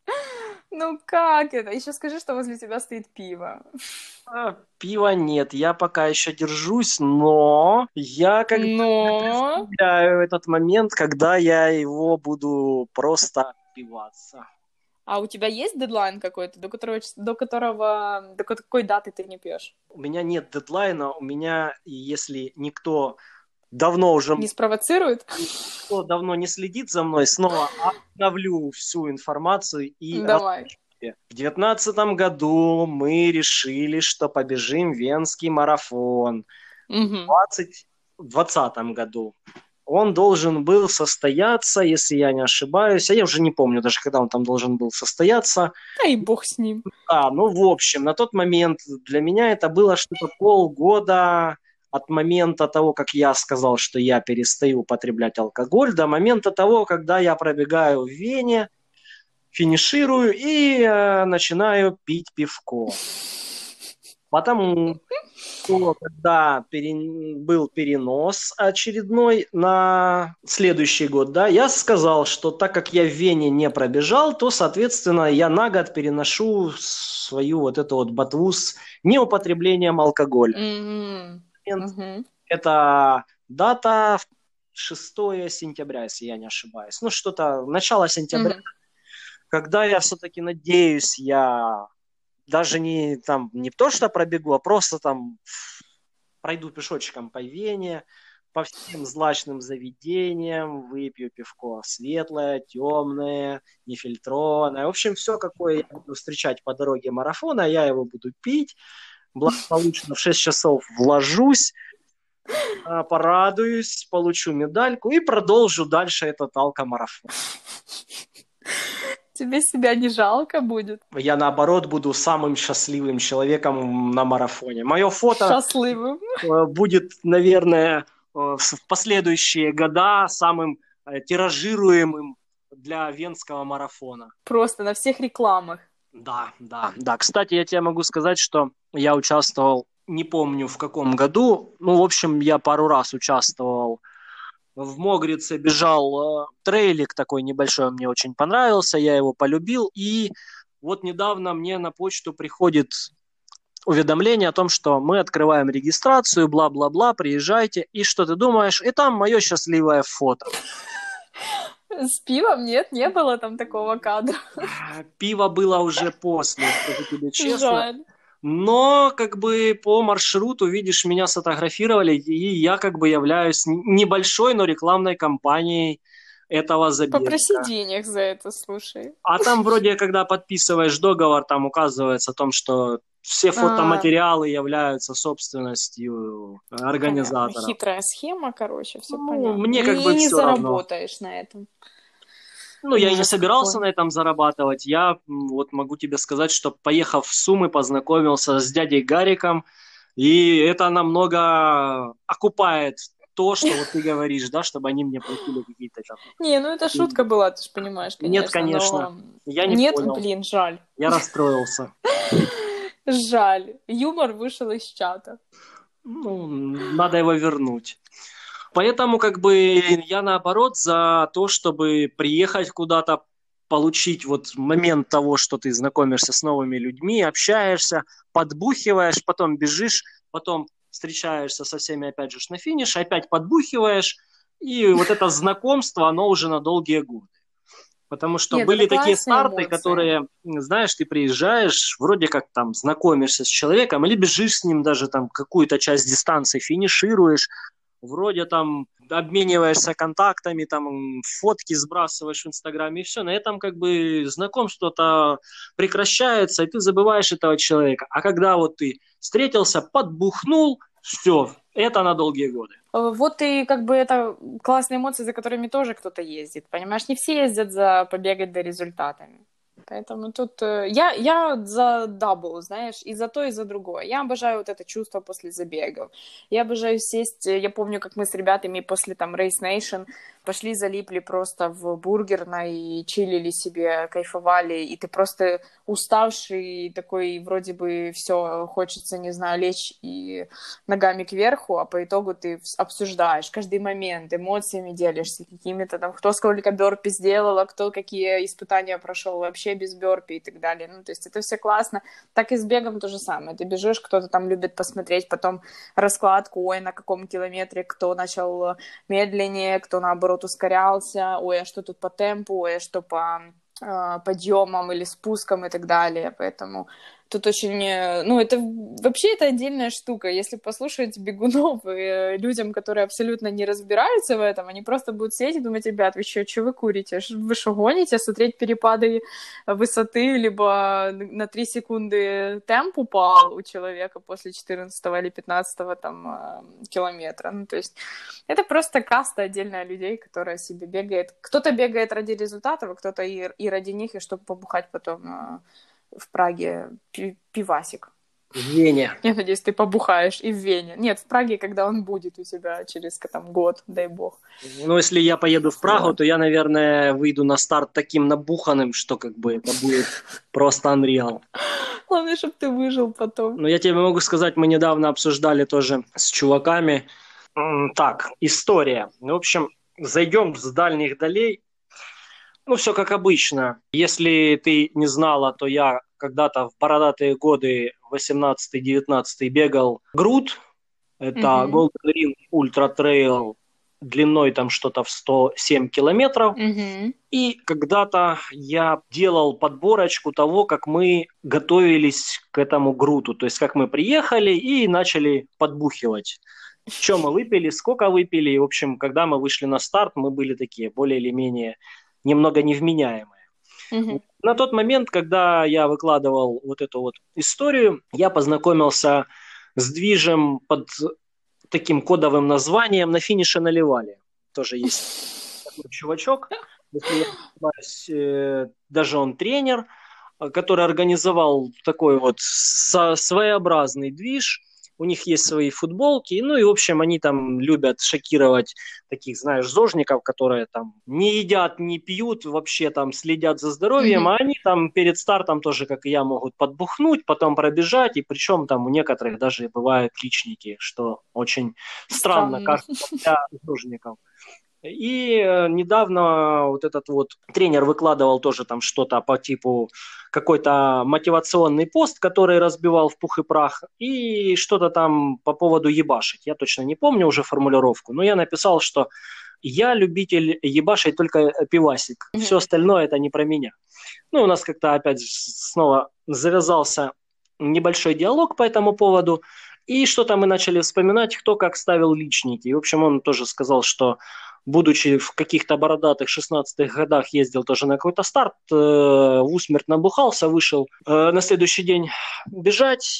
Ну как это? Еще скажи, что возле тебя стоит пиво. А, пива нет, я пока еще держусь, но я как бы Но... представляю этот момент, когда я его буду просто отпиваться. А у тебя есть дедлайн какой-то, до которого, до которого, до какой даты ты не пьешь? У меня нет дедлайна, у меня, если никто давно уже... Не спровоцирует? Кто давно не следит за мной, снова обновлю всю информацию и Давай. в девятнадцатом году мы решили, что побежим Венский марафон. Угу. В двадцатом году он должен был состояться, если я не ошибаюсь, а я уже не помню даже, когда он там должен был состояться. Да и бог с ним. Да, ну, в общем, на тот момент для меня это было что-то полгода от момента того, как я сказал, что я перестаю употреблять алкоголь, до момента того, когда я пробегаю в Вене, финиширую и э, начинаю пить пивко. Потому что когда пере... был перенос очередной на следующий год, да, я сказал, что так как я в Вене не пробежал, то, соответственно, я на год переношу свою вот эту вот ботву с неупотреблением алкоголя. Mm-hmm. Mm-hmm. Это дата шестое сентября, если я не ошибаюсь. Ну, что-то, начало сентября. Mm-hmm. Когда я все-таки надеюсь, я даже не, там, не то, что пробегу, а просто там пройду пешочком по Вене, по всем злачным заведениям, выпью пивко светлое, темное, нефильтрованное. В общем, все, какое я буду встречать по дороге марафона, я его буду пить. Благополучно в шесть часов вложусь, порадуюсь, получу медальку и продолжу дальше этот алкомарафон. Тебе себя не жалко будет? Я, наоборот, буду самым счастливым человеком на марафоне. Мое фото Счастливым. будет, наверное, в последующие года самым тиражируемым для венского марафона. Просто на всех рекламах. Да, да, да. Кстати, я тебе могу сказать, что я участвовал, не помню в каком году, ну, в общем, я пару раз участвовал в Могрице, бежал э, трейлик такой небольшой, он мне очень понравился, я его полюбил, и вот недавно мне на почту приходит уведомление о том, что мы открываем регистрацию, бла-бла-бла, приезжайте, и что ты думаешь? И там мое счастливое фото. С пивом нет, не было там такого кадра. Пиво было уже после, скажу тебе честно. Жаль. Но как бы по маршруту, видишь, меня сфотографировали, и я как бы являюсь небольшой, но рекламной кампанией этого забега. Попроси денег за это, слушай. А там вроде, когда подписываешь договор, там указывается о том, что все фотоматериалы являются собственностью организатора. Понятно. Хитрая схема, короче, все ну, понятно. Мне как и бы не все заработаешь равно. На этом. Ну, я и не собирался какой. на этом зарабатывать. Я вот могу тебе сказать, что, поехав в Сумы, познакомился с дядей Гариком, и это намного окупает то, что вот ты говоришь, да, чтобы они мне платили какие-то там... Не, ну это шутка была, ты же понимаешь, конечно. Нет, конечно. Но... Я не Нет, понял. блин, жаль. Я расстроился. Жаль. Юмор вышел из чата. Ну, надо его вернуть. Поэтому как бы я наоборот за то, чтобы приехать куда-то, получить вот момент того, что ты знакомишься с новыми людьми, общаешься, подбухиваешь, потом бежишь, потом встречаешься со всеми опять же на финише, опять подбухиваешь, и вот это знакомство, оно уже на долгие годы. Потому что Нет, были такие старты, эмоции. которые, знаешь, ты приезжаешь, вроде как там знакомишься с человеком, или бежишь с ним даже там какую-то часть дистанции, финишируешь, вроде там обмениваешься контактами, там фотки сбрасываешь в Инстаграме, и все. На этом как бы знакомство-то прекращается, и ты забываешь этого человека. А когда вот ты встретился, подбухнул, все, это на долгие годы. Вот и как бы это классные эмоции, за которыми тоже кто-то ездит, понимаешь? Не все ездят за побегать до результатами. Поэтому тут э, я, я за дабл, знаешь, и за то, и за другое. Я обожаю вот это чувство после забегов. Я обожаю сесть, я помню, как мы с ребятами после там Race Nation пошли, залипли просто в бургерной и чилили себе, кайфовали, и ты просто уставший, такой вроде бы все, хочется, не знаю, лечь и ногами кверху, а по итогу ты обсуждаешь каждый момент, эмоциями делишься, какими-то там, кто сколько бёрпи сделал, а кто какие испытания прошел вообще без бёрпи и так далее. Ну, то есть это все классно. Так и с бегом то же самое. Ты бежишь, кто-то там любит посмотреть потом раскладку, ой, на каком километре кто начал медленнее, кто наоборот ускорялся, ой, а что тут по темпу, ой, а что по э, подъемам или спускам и так далее. Поэтому тут очень, ну, это вообще это отдельная штука. Если послушать бегунов и людям, которые абсолютно не разбираются в этом, они просто будут сидеть и думать, ребят, вы что, что вы курите? Вы что, гоните? Смотреть перепады высоты, либо на три секунды темп упал у человека после четырнадцатого или пятнадцатого там километра. Ну, то есть это просто каста отдельная людей, которая себе бегает. Кто-то бегает ради результатов, а кто-то и, и ради них, и чтобы побухать потом в Праге пи- пивасик. В Вене. Я надеюсь, ты побухаешь и в Вене. Нет, в Праге, когда он будет у тебя через там, год, дай бог. Ну, если я поеду в Прагу, то я, наверное, выйду на старт таким набуханным, что как бы это будет просто unreal. Главное, чтобы ты выжил потом. Ну, я тебе могу сказать, мы недавно обсуждали тоже с чуваками. Так, история. В общем, зайдем с дальних долей. Ну, все как обычно. Если ты не знала, то я когда-то в бородатые годы восемнадцатый-девятнадцатый бегал груд. Это mm-hmm. Golden Ring Ultra Trail длиной там что-то в сто семь километров. Mm-hmm. И когда-то я делал подборочку того, как мы готовились к этому груту. То есть как мы приехали и начали подбухивать. Что мы выпили, сколько выпили. И, в общем, когда мы вышли на старт, мы были такие более или менее немного невменяемые. Mm-hmm. На тот момент, когда я выкладывал вот эту вот историю, я познакомился с движем под таким кодовым названием «На финише наливали». Тоже есть такой чувачок, если я не ошибаюсь, даже он тренер, который организовал такой вот своеобразный движ. У них есть свои футболки, ну и, в общем, они там любят шокировать таких, знаешь, зожников, которые там не едят, не пьют, вообще там следят за здоровьем, mm-hmm. а они там перед стартом тоже, как и я, могут подбухнуть, потом пробежать, и причем там у некоторых даже бывают личники, что очень странно, странно. кажется, для зожников. И э, недавно вот этот вот тренер выкладывал тоже там что-то по типу какой-то мотивационный пост, который разбивал в пух и прах, и что-то там по поводу ебашить. Я точно не помню уже формулировку, но я написал, что я любитель ебашить только пивасик. Mm-hmm. Все остальное это не про меня. Ну, у нас как-то опять снова завязался небольшой диалог по этому поводу. И что-то мы начали вспоминать, кто как ставил личники. И, в общем, он тоже сказал, что будучи в каких-то бородатых шестнадцатых годах, ездил тоже на какой-то старт, э, в усмерть набухался, вышел э, на следующий день бежать,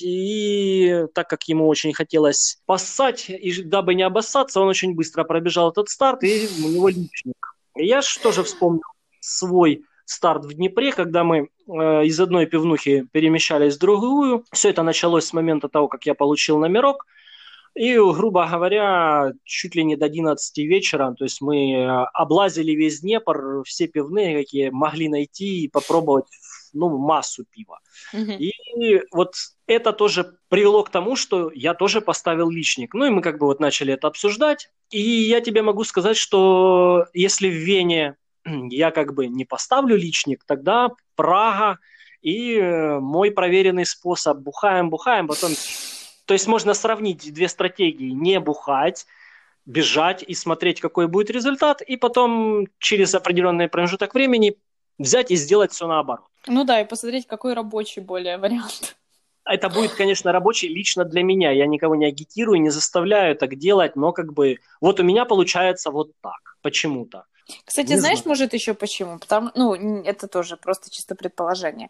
и так как ему очень хотелось поссать, и дабы не обоссаться, он очень быстро пробежал этот старт, и у него личник. И я же тоже вспомнил свой старт в Днепре, когда мы э, из одной пивнухи перемещались в другую. Все это началось с момента того, как я получил номерок. И, грубо говоря, чуть ли не до одиннадцати вечера, то есть мы облазили весь Днепр, все пивные, какие могли найти, и попробовать, ну, массу пива. Mm-hmm. И вот это тоже привело к тому, что я тоже поставил личник. Ну и мы как бы вот начали это обсуждать. И я тебе могу сказать, что если в Вене я как бы не поставлю личник, тогда Прага и мой проверенный способ бухаем-бухаем, потом... То есть можно сравнить две стратегии: не бухать, бежать и смотреть, какой будет результат, и потом через определенный промежуток времени взять и сделать все наоборот. Ну да, и посмотреть, какой рабочий более вариант. Это будет, конечно, рабочий лично для меня. Я никого не агитирую, не заставляю так делать, но как бы вот у меня получается вот так, почему-то. Кстати, не знаешь, знаю. Может, еще почему? Потому, ну, это тоже просто чисто предположение.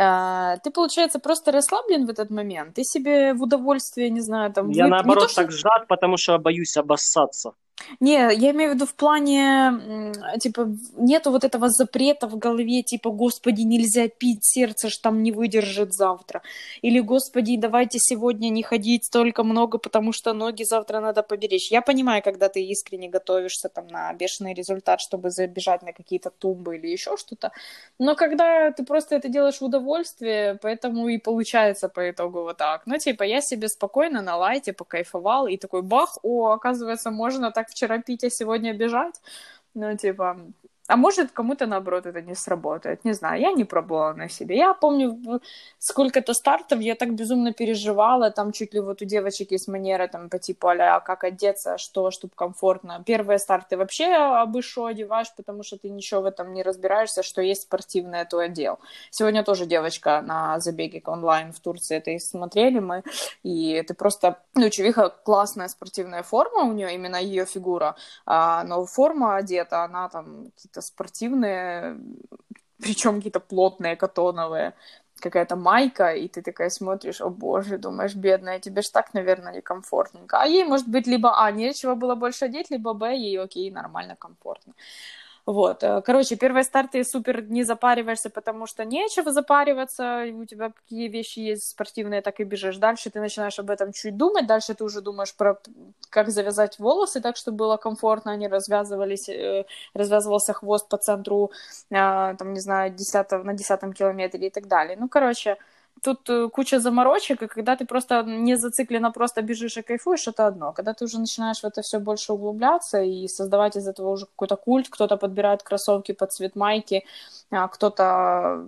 Ты, получается, просто расслаблен в этот момент, ты себе в удовольствие, не знаю, там... Я, вы... наоборот, то, так что... сжат, потому что боюсь обоссаться. Не, я имею в виду в плане, типа, нету вот этого запрета в голове, типа, господи, нельзя пить, сердце ж там не выдержит завтра. Или, господи, давайте сегодня не ходить столько много, потому что ноги завтра надо поберечь. Я понимаю, когда ты искренне готовишься там на бешеный результат, чтобы забежать на какие-то тумбы или еще что-то. Но когда ты просто это делаешь в удовольствие, поэтому и получается по итогу вот так. Ну, типа, я себе спокойно на лайте покайфовал, и такой бах, о, оказывается, можно так вчера пить, а сегодня бежать. Ну, типа... А может, кому-то, наоборот, это не сработает. Не знаю, я не пробовала на себе. Я помню, сколько-то стартов я так безумно переживала. Там чуть ли вот у девочек есть манера там по типу а-ля как одеться, что, чтобы комфортно. Первые старты вообще абы шо одеваешь, потому что ты ничего в этом не разбираешься, что есть спортивное, то одел. Сегодня тоже девочка на забеге онлайн в Турции это и смотрели мы. И это просто... Ну, чувиха классная спортивная форма у нее, именно ее фигура. А, но форма одета, она там какие-то спортивные, причем какие-то плотные, катоновые, какая-то майка, и ты такая смотришь, о боже, думаешь, бедная, тебе ж так, наверное, некомфортненько. А ей, может быть, либо, а, нечего было больше одеть, либо, б, ей окей, нормально, комфортно. Вот, короче, первые старты супер не запариваешься, потому что нечего запариваться, у тебя какие вещи есть спортивные, так и бежишь. Дальше ты начинаешь об этом чуть думать, дальше ты уже думаешь про как завязать волосы так, чтобы было комфортно, они развязывались, развязывался хвост по центру, там, не знаю, десятого, на десятом километре и так далее. Ну, короче... Тут куча заморочек, и когда ты просто не зацикленно просто бежишь и кайфуешь, это одно. Когда ты уже начинаешь в это все больше углубляться и создавать из этого уже какой-то культ, кто-то подбирает кроссовки под цвет майки, а кто-то,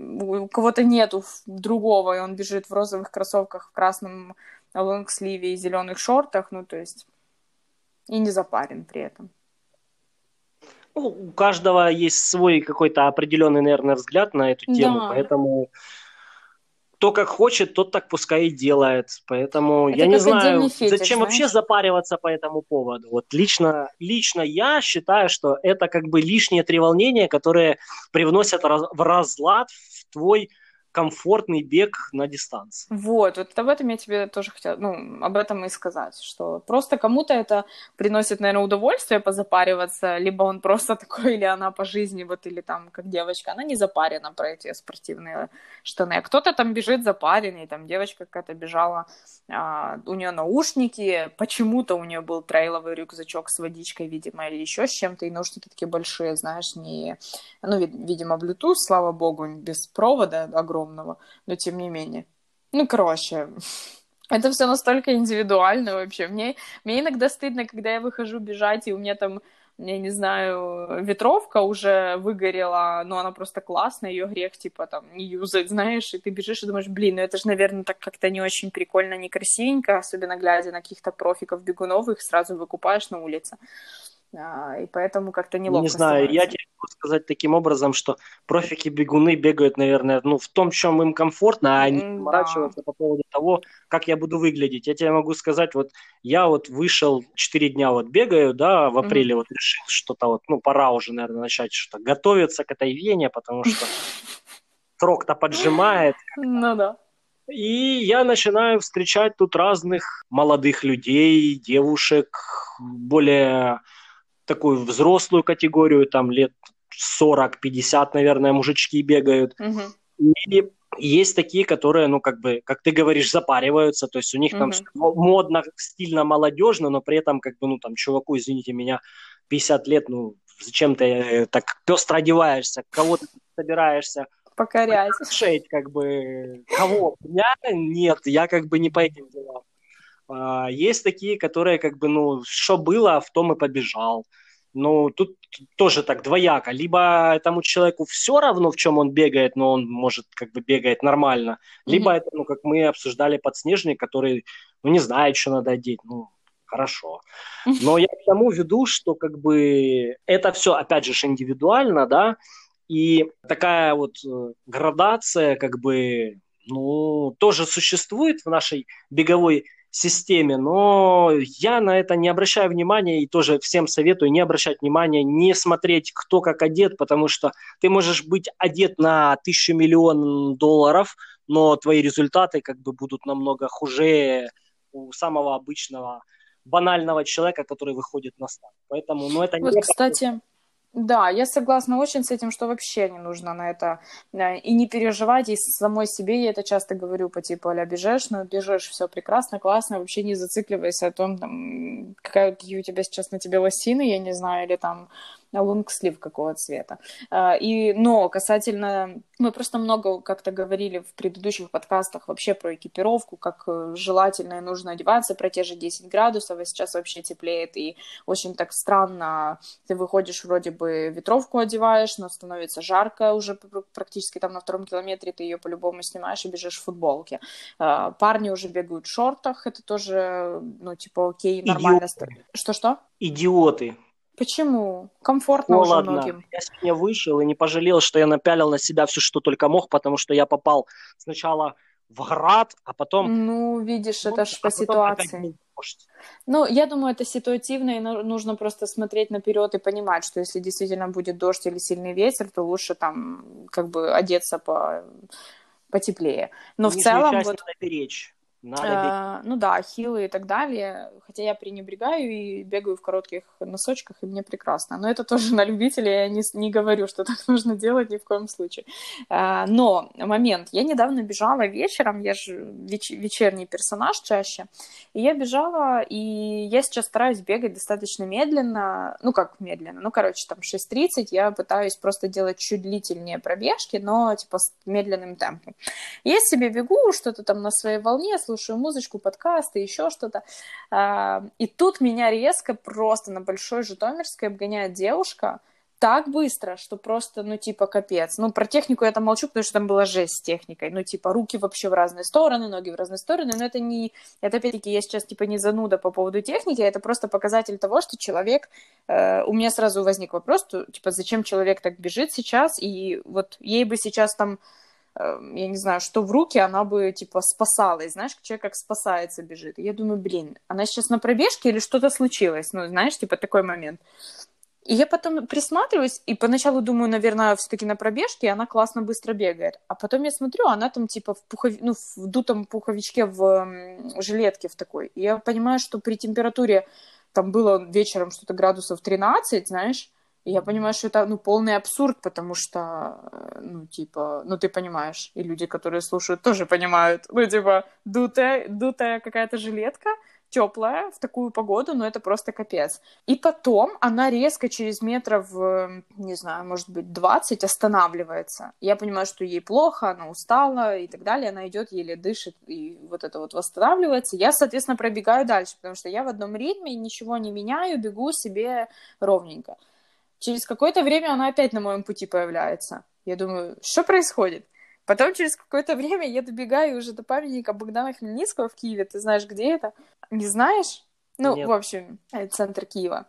у кого-то нету другого, и он бежит в розовых кроссовках, в красном лонгсливе и зеленых шортах, ну, то есть, и не запарен при этом. Ну, у каждого есть свой какой-то определенный, наверное, взгляд на эту тему, да. Поэтому... Кто как хочет, тот так пускай и делает. Поэтому это я не знаю, фетиш, зачем знаешь? Вообще запариваться по этому поводу. Вот лично, лично я считаю, что это как бы лишние треволнения, которые привносят раз, в разлад в твой комфортный бег на дистанции. Вот, вот об этом я тебе тоже хотела, ну, об этом и сказать, что просто кому-то это приносит, наверное, удовольствие позапариваться, либо он просто такой, или она по жизни, вот, или там, как девочка, она не запарена про эти спортивные штаны, а кто-то там бежит запаренный, там девочка какая-то бежала, а, у нее наушники, почему-то у нее был трейловый рюкзачок с водичкой, видимо, или еще с чем-то, и наушники такие большие, знаешь, не, ну, видимо, Bluetooth, слава богу, без провода огромного, но тем не менее. Ну, короче, это все настолько индивидуально вообще. Мне, мне иногда стыдно, когда я выхожу бежать, и у меня там, я не знаю, ветровка уже выгорела, но она просто классная, ее грех, типа, там, не юзать, знаешь, и ты бежишь и думаешь, блин, ну это же, наверное, так как-то не очень прикольно, не красивенько, особенно глядя на каких-то профиков бегунов, их сразу выкупаешь на улице. И поэтому как-то неловко Не знаю, становится. я тебе могу сказать таким образом, что профики-бегуны бегают, наверное, ну, в том, в чем им комфортно, а не М, Да. заморачиваться по поводу того, как я буду выглядеть. Я тебе могу сказать, вот я вот вышел, четыре дня вот бегаю, да, в Мгм. апреле вот решил что-то вот, ну, пора уже, наверное, начать что-то готовиться к этой вене, потому что срок-то поджимает. Ну да. И я начинаю встречать тут разных молодых людей, девушек, более такую взрослую категорию, там лет сорок-пятьдесят, наверное, мужички бегают. Мгм. И есть такие, которые, ну, как бы, как ты говоришь, запариваются, то есть у них там Мгм. всё модно, стильно, молодежно, но при этом, как бы, ну, там, чуваку, извините меня, пятьдесят лет, ну, зачем ты э, так пестро одеваешься, кого ты собираешься Покорять. шеять, как бы, кого? Меня? Нет, я как бы не по этим делам. А, есть такие, которые как бы, ну, что было, в том и побежал. Ну, тут тоже так двояко. Либо этому человеку все равно, в чем он бегает, но он, может, как бы бегает нормально. Либо Мгм. это, ну, как мы обсуждали, подснежник, который, ну, не знает, что надо одеть. Ну, хорошо. Но я к тому веду, что как бы это все, опять же, индивидуально, да, и такая вот э, градация, как бы, ну, тоже существует в нашей беговой системе, но я на это не обращаю внимания и тоже всем советую не обращать внимания, не смотреть, кто как одет, потому что ты можешь быть одет на тысячу миллион долларов, но твои результаты как бы будут намного хуже у самого обычного банального человека, который выходит на старт. Поэтому, ну, это Вот, не... кстати, да, я согласна очень с этим, что вообще не нужно на это э, и не переживать, и самой себе я это часто говорю по типу а-ля бежишь, ну бежишь, все прекрасно, классно, вообще не зацикливайся о том, там, какая, какие у тебя сейчас на тебе лосины, я не знаю, или там лонгслив какого цвета. А, И, но касательно, мы просто много как-то говорили в предыдущих подкастах вообще про экипировку, как э, желательно и нужно одеваться, про те же десять градусов, а сейчас вообще теплеет, и очень так странно, ты выходишь, вроде бы ветровку одеваешь, но становится жарко уже практически там на втором километре, ты ее по-любому снимаешь и бежишь в футболке. А, Парни уже бегают в шортах, это тоже, ну, типа, окей, нормально. Идиоты. Что-что? Идиоты. Почему? Комфортно уже Холодно. многим. Я сегодня вышел и не пожалел, что я напялил на себя все, что только мог, потому что я попал сначала в град, а потом Ну, видишь, это ж а по потом опять ситуации. был дождь. Ну, я думаю, это ситуативно, и ну- нужно просто смотреть наперед и понимать, что если действительно будет дождь или сильный ветер, то лучше там как бы одеться по потеплее. Но в Нижнюю целом часть вот надо беречь. Надо беречь. Э, ну да, хилы и так далее. Хотя я пренебрегаю и бегаю в коротких носочках, и мне прекрасно. Но это тоже на любителя, я не, с- не говорю, что так нужно делать ни в коем случае. Э, но момент. Я недавно бежала вечером, я же веч- вечерний персонаж чаще, и я бежала, и я сейчас стараюсь бегать достаточно медленно, ну как медленно, ну короче, там шесть тридцать, я пытаюсь просто делать чуть длительнее пробежки, но типа с медленным темпом. Я себе бегу, что-то там на своей волне, слушаю музычку, подкасты, еще что-то. А, И тут меня резко просто на Большой Житомирской обгоняет девушка так быстро, что просто, ну, типа, капец. Ну, про технику я там молчу, потому что там была жесть с техникой. Ну, типа, руки вообще в разные стороны, ноги в разные стороны. Но это не... Это, опять-таки, я сейчас, типа, не зануда по поводу техники, это просто показатель того, что человек... э, у меня сразу возник вопрос, то, типа, зачем человек так бежит сейчас, и вот ей бы сейчас там я не знаю, что в руки, она бы, типа, спасалась, знаешь, человек как спасается бежит. И я думаю, блин, она сейчас на пробежке или что-то случилось? Ну, знаешь, типа, такой момент. И я потом присматриваюсь, и поначалу думаю, наверное, все-таки на пробежке, и она классно быстро бегает. А потом я смотрю, она там, типа, в, пухов... ну, в дутом пуховичке, в м, жилетке в такой. И я понимаю, что при температуре, там было вечером что-то градусов тринадцать, знаешь, и я понимаю, что это, ну, полный абсурд, потому что, э, ну, типа, ну, ты понимаешь, и люди, которые слушают, тоже понимают, ну, типа, дутая, дутая какая-то жилетка, теплая в такую погоду, но это просто капец. И потом она резко через метров, э, не знаю, может быть, двадцать останавливается. Я понимаю, что ей плохо, она устала и так далее, она идет, еле дышит и вот это вот восстанавливается. Я, соответственно, пробегаю дальше, потому что я в одном ритме, ничего не меняю, бегу себе ровненько. Через какое-то время она опять на моем пути появляется. Я думаю, что происходит? Потом через какое-то время я добегаю уже до памятника Богдана Хмельницкого в Киеве. Ты знаешь, где это? Не знаешь? Ну, в Нет. общем, это центр Киева.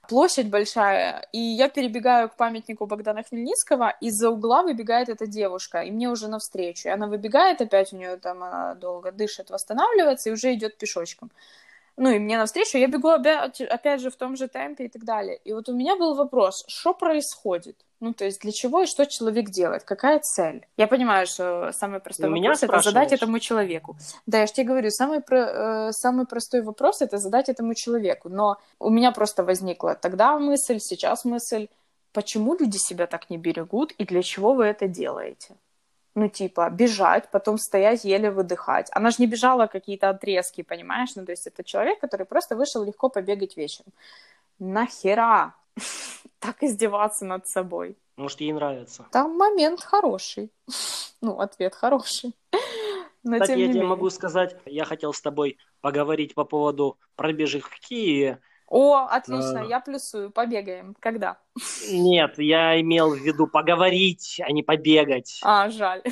площадь большая, и я перебегаю к памятнику Богдана Хмельницкого, из-за угла выбегает эта девушка, и мне уже навстречу. И она выбегает опять, у нее там она долго дышит, восстанавливается, и уже идет пешочком. Ну, и мне навстречу, я бегу опять, опять же в том же темпе и так далее. И вот у меня был вопрос, что происходит? Ну, то есть для чего и что человек делает? Какая цель? Я понимаю, что самый простой Ты вопрос — меня это задать спрашиваешь? этому человеку. Да, я же тебе говорю, самый, про, э, самый простой вопрос — это задать этому человеку. Но у меня просто возникла тогда мысль, сейчас мысль, почему люди себя так не берегут и для чего вы это делаете? Ну, типа, бежать, потом стоять, еле выдыхать. Она же не бежала какие-то отрезки, понимаешь? Ну, то есть это человек, который просто вышел легко побегать вечером. Нахера так издеваться над собой? Может, ей нравится. Там момент хороший. Ну, ответ хороший. Но Кстати, тем я не тебе менее. могу сказать, я хотел с тобой поговорить по поводу пробежек в Киеве. О, отлично, А, я плюсую. Побегаем. Когда? Нет, я имел в виду поговорить, а не побегать. А, жаль.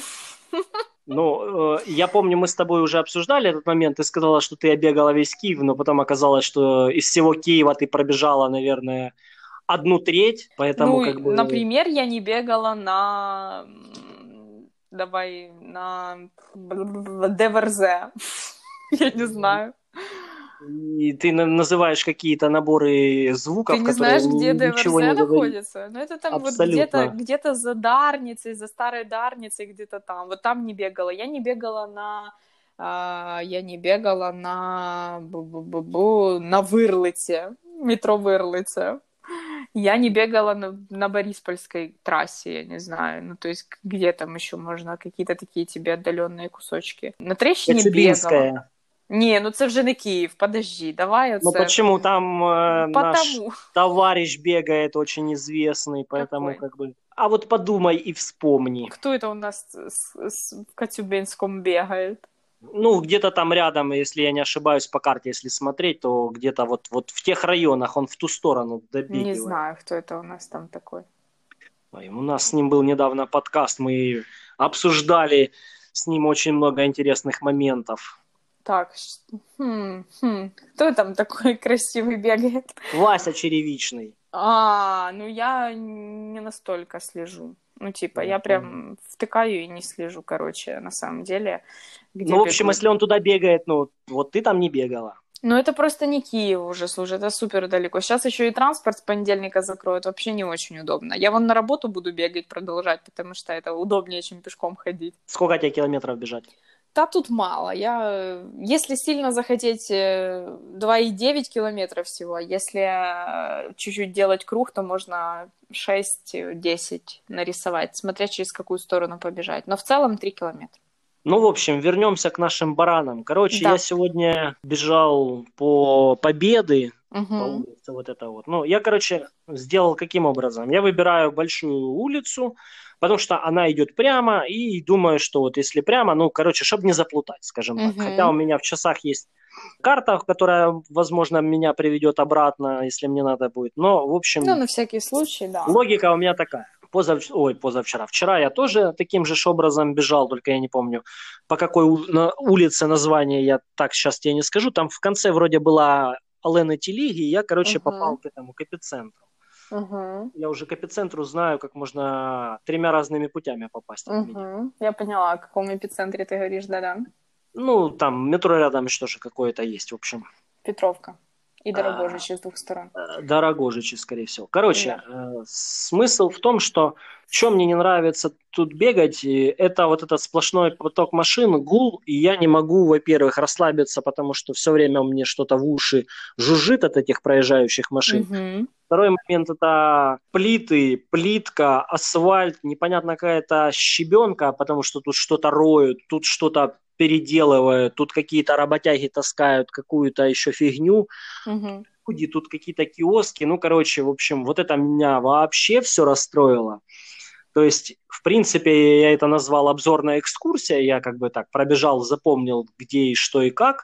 Ну, э, я помню, мы с тобой уже обсуждали этот момент. Ты сказала, что ты обегала весь Киев, но потом оказалось, что из всего Киева ты пробежала, наверное, одну треть, поэтому Ну, как бы... например, я не бегала на... м, Давай, на ДВРЗ. Я не знаю. И ты на- называешь какие-то наборы Ты звуков, не которые знаешь, ни- где ничего ДВРЗ не говорят. находится? Ну, это там вот где-то, Абсолютно. где-то за Дарницей, за Старой Дарницей, где-то там. Вот там не бегала. Я не бегала на... а, я не бегала на... бу-бу-бу-бу, на Вырлыце. Метро Вырлыце. Я не бегала на, на Бориспольской трассе, я не знаю. Ну, то есть, где там еще можно какие-то такие тебе отдаленные кусочки. На Трещине бегала. Коцюбинская. Не, ну це вже не Київ, подожди, давай Ну оце. почему там э, наш Потому. товарищ бегает очень известный, поэтому Какой? как бы... А вот подумай и вспомни. Кто это у нас с- с- в Коцюбинском бегает? Ну, где-то там рядом, если я не ошибаюсь по карте, если смотреть, то где-то вот, вот в тех районах он в ту сторону Не добегивает. знаю, кто это у нас там такой. Ой, у нас с ним был недавно подкаст, мы обсуждали с ним очень много интересных моментов. Так, ш- хм, хм, кто там такой красивый бегает? Вася Черевичный. А, ну я не настолько слежу. Ну, типа, я прям втыкаю и не слежу, короче, на самом деле. Где Ну, в общем, бегут. если он туда бегает, ну, вот ты там не бегала. Ну, это просто не Киев уже, слушай, это супер далеко. Сейчас еще и транспорт с понедельника закроют, вообще не очень удобно. Я вон на работу буду бегать, продолжать, потому что это удобнее, чем пешком ходить. Сколько тебе километров бежать? Да тут мало. Я, если сильно захотеть, э, два и девять километров всего. Если э, чуть-чуть делать круг, то можно шесть-десять нарисовать, смотря через какую сторону побежать. Но в целом три километра. Ну, в общем, вернемся к нашим баранам. Короче, Да. я сегодня бежал по Победы, Угу. по улице вот это вот. Ну, я, короче, сделал каким образом? Я выбираю большую улицу, потому что она идет прямо, и думаю, что вот если прямо, ну, короче, чтобы не заплутать, скажем так. Мгм. Хотя у меня в часах есть карта, которая, возможно, меня приведет обратно, если мне надо будет. Но, в общем, Ну, на всякий случай, да. логика у меня такая. Позавч... Ой, позавчера. Вчера я тоже таким же ж образом бежал, только я не помню, по какой у... на улице название я так сейчас тебе не скажу. Там в конце вроде была Алена Телиги, и я, короче, Мгм. попал к этому, к эпицентру. Угу. Я уже к эпицентру знаю, как можно тремя разными путями попасть. от меня. Угу. Я поняла, о каком эпицентре ты говоришь, да-да. Ну, там метро рядом что же какое-то есть, в общем. Петровка. И А, Дорогожичи с двух сторон. э, Дорогожичи, скорее всего. Короче, э, смысл в том, что что мне не нравится тут бегать, и это вот этот сплошной поток машин, гул, и я не могу, во-первых, расслабиться, потому что все время мне что-то в уши жужжит от этих проезжающих машин. Угу. Второй момент – это плиты, плитка, асфальт, непонятно какая-то щебенка, потому что тут что-то роют, тут что-то переделывают, тут какие-то работяги таскают какую-то еще фигню, Угу. люди, тут какие-то киоски, ну, короче, в общем, вот это меня вообще все расстроило. То есть, в принципе, я это назвал обзорная экскурсия, я как бы так пробежал, запомнил, где и что и как,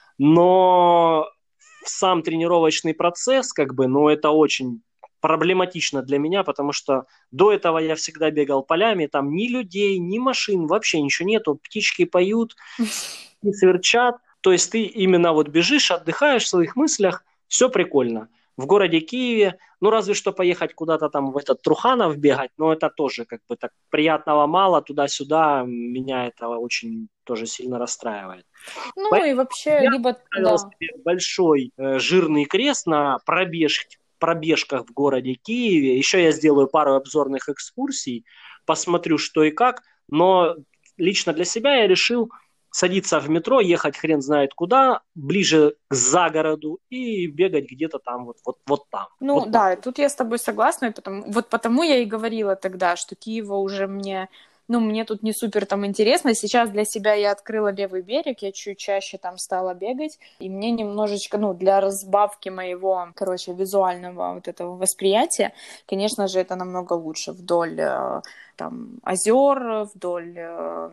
но сам тренировочный процесс, как бы, ну, это очень проблематично для меня, потому что до этого я всегда бегал полями, там ни людей, ни машин, вообще ничего нету, птички поют, птицы сверчат, то есть ты именно вот бежишь, отдыхаешь в своих мыслях, все прикольно. в городе Киеве, ну, разве что поехать куда-то там в этот Труханов бегать, но это тоже как бы так приятного мало, туда-сюда, меня это очень тоже сильно расстраивает. Ну и Поэтому вообще, я либо, поставил да. себе большой э, жирный крест на пробеж, пробежках в городе Киеве. Еще я сделаю пару обзорных экскурсий, посмотрю, что и как, но лично для себя я решил садиться в метро, ехать хрен знает куда, ближе к загороду и бегать где-то там, вот, вот, вот там. Ну Вот да, так. тут я с тобой согласна, и потому, вот потому я и говорила тогда, что Киева уже мне, ну, мне тут не супер там интересно. Сейчас для себя я открыла левый берег, я чуть чаще там стала бегать, и мне немножечко, ну, для разбавки моего, короче, визуального вот этого восприятия, конечно же, это намного лучше вдоль э, там озер, вдоль э,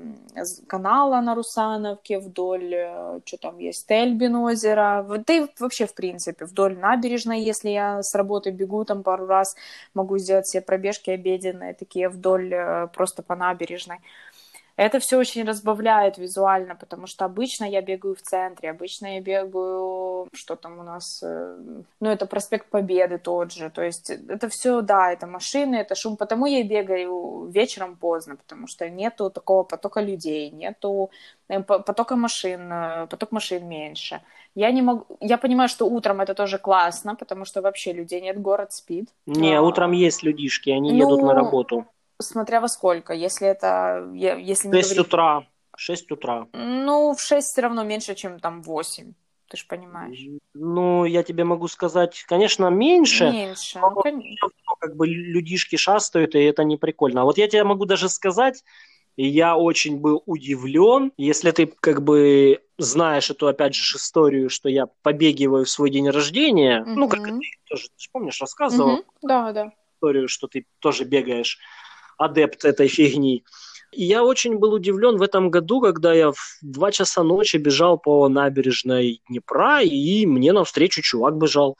канала на Русановке, вдоль, э, что там есть, Тельбин озеро, да и вообще, в принципе, вдоль набережной, если я с работы бегу там пару раз, могу сделать все пробежки обеденные, такие вдоль, э, просто по набережной. Это все очень разбавляет визуально, потому что обычно я бегаю в центре, обычно я бегаю, что там у нас, ну, это проспект Победы тот же, то есть это все, да, это машины, это шум, потому я и бегаю вечером поздно, потому что нету такого потока людей, нету потока машин, поток машин меньше. Я не могу, я понимаю, что утром это тоже классно, потому что вообще людей нет, город спит. Не, утром есть людишки, они едут на Ну, работу. смотря во сколько, если это, если не шесть говорить... утра. шесть утра. Ну, в шесть все равно меньше, чем там в восемь, ты же понимаешь. Ну, я тебе могу сказать, конечно, меньше, Меньше, но ну, кон... всё равно как бы людишки шастают, и это не прикольно. А вот я тебе могу даже сказать, и я очень был удивлен, если ты как бы знаешь эту, опять же, историю, что я побегиваю в свой день рождения, Угу. ну, как ты тоже, ты же помнишь, рассказывал Угу. Да, да. историю, что ты тоже бегаешь, адепт этой фигни. И я очень был удивлен в этом году, когда я в два часа ночи бежал по набережной Днепра, и мне навстречу чувак бежал.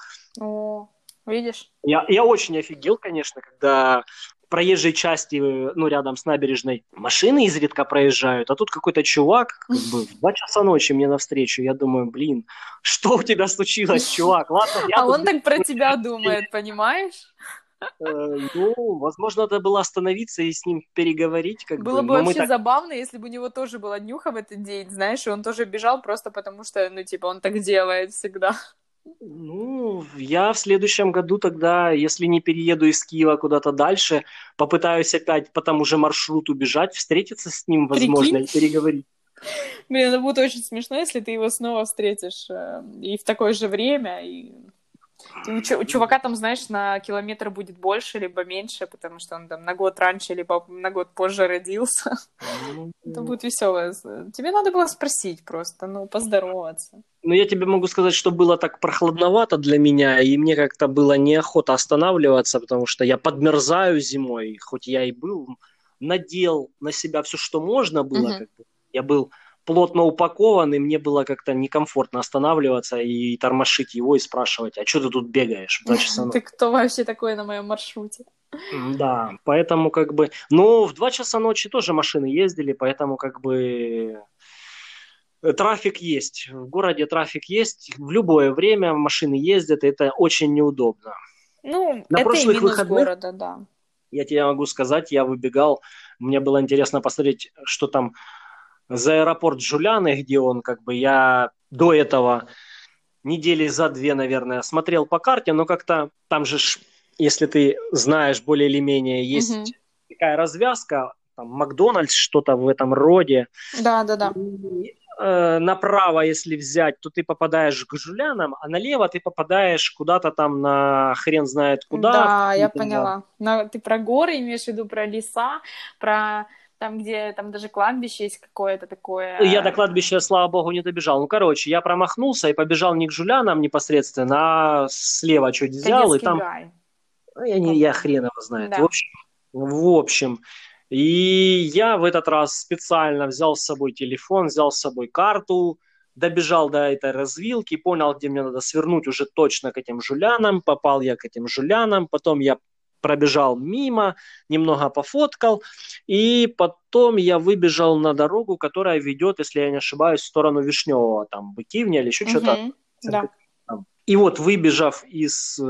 О, видишь? Я, я очень офигел, конечно, когда в проезжей части, ну, рядом с набережной машины изредка проезжают, а тут какой-то чувак как бы, в два часа ночи мне навстречу. Я думаю, блин, что у тебя случилось, чувак? Ладно, я а тут... он так про тебя думает, понимаешь? Ну, возможно, надо было остановиться и с ним переговорить, как Было бы. бы Но мы вообще так... забавно, если бы у него тоже была днюха в этот день, знаешь, и он тоже бежал просто потому, что, ну, типа, он так делает всегда. Ну, я в следующем году тогда, если не перееду из Киева куда-то дальше, попытаюсь опять по тому же маршруту бежать, встретиться с ним, возможно, Прикинь? и переговорить. Блин, это будет очень смешно, если ты его снова встретишь э, и в такое же время, и... И у, у чувака там, знаешь, на километр будет больше, либо меньше, потому что он там на год раньше, либо на год позже родился. Ну, Это будет весело. Тебе надо было спросить просто, ну, поздороваться. ну, я тебе могу сказать, что было так прохладновато для меня, и мне как-то было неохота останавливаться, потому что я подмерзаю зимой, хоть я и был, надел на себя все, что можно было, Угу. как бы. Я был плотно упакован, и мне было как-то некомфортно останавливаться и тормошить его и спрашивать, а что ты тут бегаешь в два часа ночи? Ты кто вообще такой на моем маршруте? Да, поэтому как бы... Ну, в два часа ночи тоже машины ездили, поэтому как бы... Трафик есть. В городе трафик есть. В любое время машины ездят, и это очень неудобно. Ну, На это и прошлых минус выходных, города, да. я тебе могу сказать, я выбегал, мне было интересно посмотреть, что там за аэропорт Жуляны, где он, как бы, я до этого недели за две, наверное, смотрел по карте, но как-то там же, если ты знаешь более или менее, есть Угу. такая развязка, там, Макдональдс, что-то в этом роде. Да, да, да. И, э, направо, если взять, то ты попадаешь к Жулянам, а налево ты попадаешь куда-то там на хрен знает куда. Да, я поняла. Но ты про горы имеешь в виду, про леса, про там, где там даже кладбище есть какое-то такое. Я до кладбища, слава богу, не добежал. Ну, короче, я промахнулся и побежал не к Жулянам непосредственно, а слева чуть взял, и Кадетский там... гай. Ну, я, не, я хрен его знает. Да. В общем, в общем, и я в этот раз специально взял с собой телефон, взял с собой карту, добежал до этой развилки, понял, где мне надо свернуть уже точно к этим Жулянам, попал я к этим Жулянам, потом я пробежал мимо, немного пофоткал, и потом я выбежал на дорогу, которая ведет, если я не ошибаюсь, в сторону Вишневого, там, Быкивня или еще Угу. что-то. Да. И вот, выбежав из,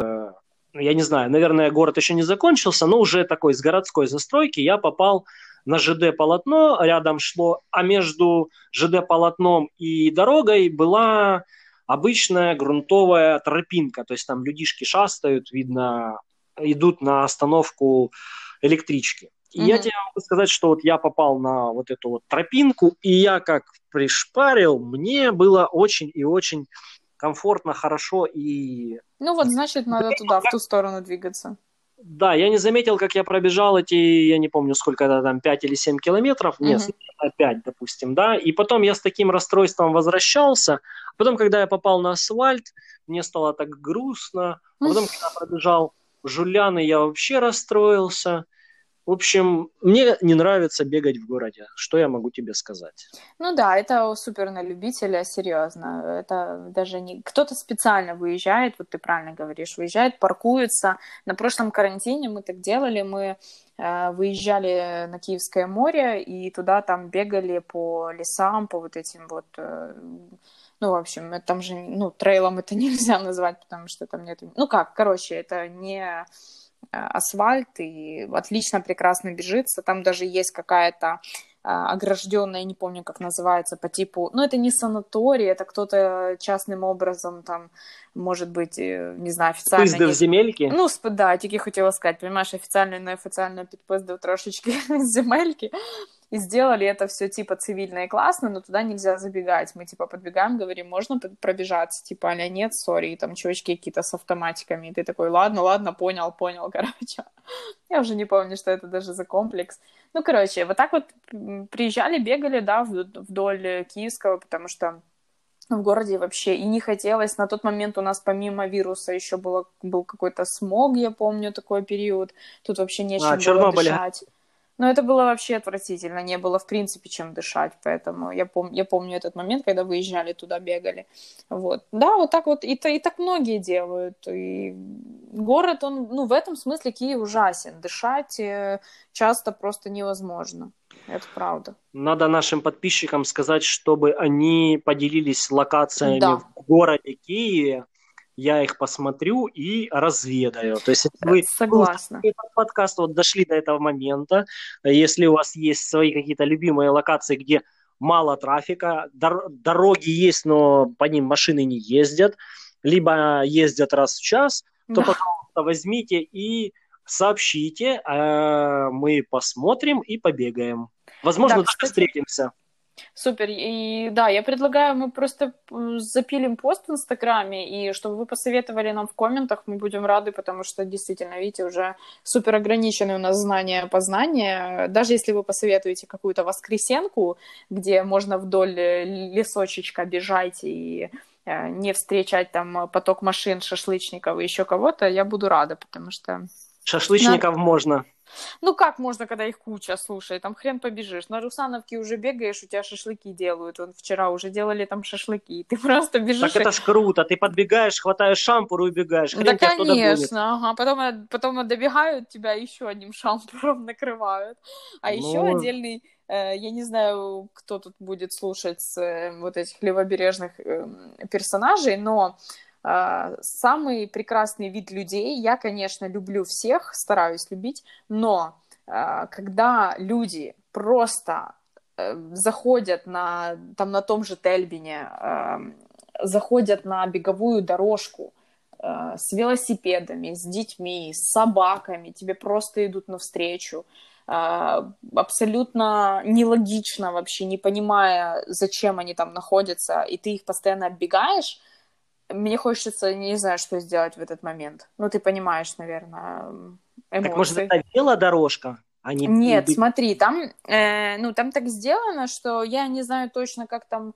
я не знаю, наверное, город еще не закончился, но уже такой с городской застройки, я попал на ЖД-полотно, рядом шло, а между ЖД-полотном и дорогой была обычная грунтовая тропинка, то есть там людишки шастают, видно, идут на остановку электрички. И Мгм. я тебе могу сказать, что вот я попал на вот эту вот тропинку, и я как пришпарил, мне было очень и очень комфортно, хорошо, и Ну вот, значит, надо туда, в ту сторону двигаться. да, я не заметил, как я пробежал эти, я не помню, сколько это там, пять или семь километров, нет, Мгм. пять, допустим, да, и потом я с таким расстройством возвращался, потом, когда я попал на асфальт, мне стало так грустно, а потом, когда пробежал Жуляны, я вообще расстроился. В общем, мне не нравится бегать в городе, что я могу тебе сказать? Ну да, это супер на любителя, серьезно. Это даже не... Кто-то специально выезжает, вот ты правильно говоришь, выезжает, паркуется. На прошлом карантине мы так делали, мы э, выезжали на Киевское море и туда там бегали по лесам, по вот этим вот... Э, ну, в общем, э, там же, ну, трейлом это нельзя назвать, потому что там нет... Ну как, короче, это не асфальт, и отлично, прекрасно бежится. Там даже есть какая-то а, огражденная, не помню, как называется, по типу... Ну, это не санаторий, это кто-то частным образом там, может быть, не знаю, официально... Пизды в Не... земельки? Ну, да, тільки хотела сказать, понимаешь, официально и неофициально підпиздив трошечки земельки. И сделали это все типа цивильно и классно, но туда нельзя забегать. Мы типа подбегаем, говорим, можно пробежаться? Типа, аля нет, сори, и там чувачки какие-то с автоматиками. И ты такой, ладно, ладно, понял, понял, короче. Я уже не помню, что это даже за комплекс. Ну, короче, вот так вот приезжали, бегали, да, вдоль Киевского, потому что в городе вообще и не хотелось. На тот момент у нас помимо вируса еще было, был какой-то смог, я помню, такой период. Тут вообще нечем А, было Чернобыль. дышать. Но это было вообще отвратительно, не было в принципе чем дышать, поэтому я, пом- я помню этот момент, когда выезжали туда, бегали. Вот. Да, вот так вот, и, и так многие делают. И город, он, ну, в этом смысле Киев ужасен. Дышать часто просто невозможно. Это правда. Надо нашим подписчикам сказать, чтобы они поделились локациями Да. в городе Киеве. Я их посмотрю и разведаю. То есть, если вы Согласна. этот подкаст, вот дошли до этого момента, если у вас есть свои какие-то любимые локации, где мало трафика, дор- дороги есть, но по ним машины не ездят, либо ездят раз в час, то, Да. пожалуйста, возьмите и сообщите, а мы посмотрим и побегаем. Возможно, Да, даже кстати, встретимся. Супер. И да, я предлагаю, мы просто запилим пост в Инстаграме, и чтобы вы посоветовали нам в комментах, мы будем рады, потому что действительно, видите, уже супер ограничены у нас знания, познания. Даже если вы посоветуете какую-то воскресенку, где можно вдоль лесочечка бежать и не встречать там поток машин, шашлычников и еще кого-то, я буду рада, потому что... Шашлычников На... можно. Ну как можно, когда их куча, слушай, там хрен побежишь. На Русановке уже бегаешь, у тебя шашлыки делают. Вон вчера уже делали там шашлыки. Ты просто бежишь. Так это и... ж круто. Ты подбегаешь, хватаешь шампур и убегаешь. Хрен Да, тебя кто догонит. конечно, ага. Потом, потом добегают, тебя еще одним шампуром накрывают. А еще Ну, отдельный, э, я не знаю, кто тут будет слушать с э, вот этих левобережных э, персонажей, но Uh, самый прекрасный вид людей. Я, конечно, люблю всех, стараюсь любить, но uh, когда люди просто uh, заходят на, там, на том же Тельбине, uh, заходят на беговую дорожку uh, с велосипедами, с детьми, с собаками, тебе просто идут навстречу, Uh, абсолютно нелогично вообще, не понимая, зачем они там находятся, и ты их постоянно оббегаешь, мне хочется, не знаю, что сделать в этот момент. Ну, ты понимаешь, наверное, эмоции. Так может, это велодорожка? А не... Нет, смотри, там, э, ну, там так сделано, что я не знаю точно, как там,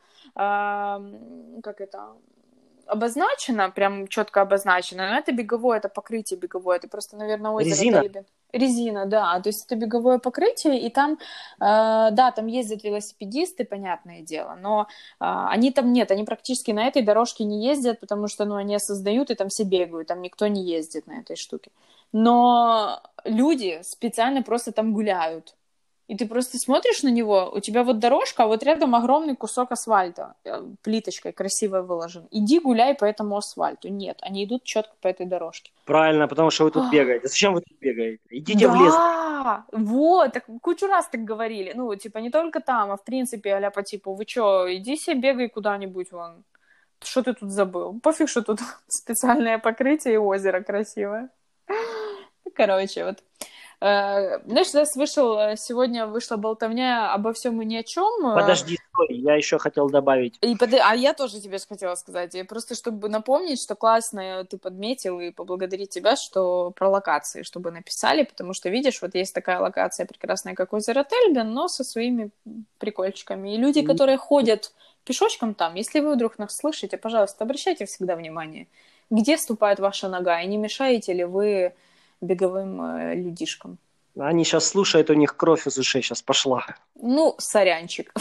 э, как это... обозначено, прям четко обозначено, но это беговое, это покрытие беговое, это просто, наверное, озеро Резина? Тельбин. Резина, да, то есть это беговое покрытие, и там, э, да, там ездят велосипедисты, понятное дело, но э, они там нет, они практически на этой дорожке не ездят, потому что, ну, они создают, и там все бегают, там никто не ездит на этой штуке. Но люди специально просто там гуляют. и ты просто смотришь на него, у тебя вот дорожка, а вот рядом огромный кусок асфальта, плиточкой красиво выложен. Иди гуляй по этому асфальту. Нет, они идут четко по этой дорожке. Правильно, потому что вы тут бегаете. Зачем вы тут бегаете? Идите да, в лес. Да, вот, так кучу раз так говорили. Ну, типа, не только там, а в принципе, а-ля по типу, вы чё, иди себе бегай куда-нибудь вон. Что ты тут забыл? Пофиг, что тут специальное покрытие и озеро красивое. Короче, вот. Знаешь, сейчас вышел, сегодня вышла болтовня обо всем и ни о чем. Подожди, стой, я еще хотел добавить. И под... А я тоже тебе хотела сказать. И просто чтобы напомнить, что классно ты подметил, и поблагодарить тебя, что про локации, чтобы написали, потому что, видишь, вот есть такая локация прекрасная, как озеро Тельбин, но со своими прикольчиками. И люди, которые ходят пешочком там, если вы вдруг нас слышите, пожалуйста, обращайте всегда внимание, где ступает ваша нога, и не мешаете ли вы беговым э, людишкам. Они сейчас слушают, у них кровь из ушей сейчас пошла. Ну, сорянчик.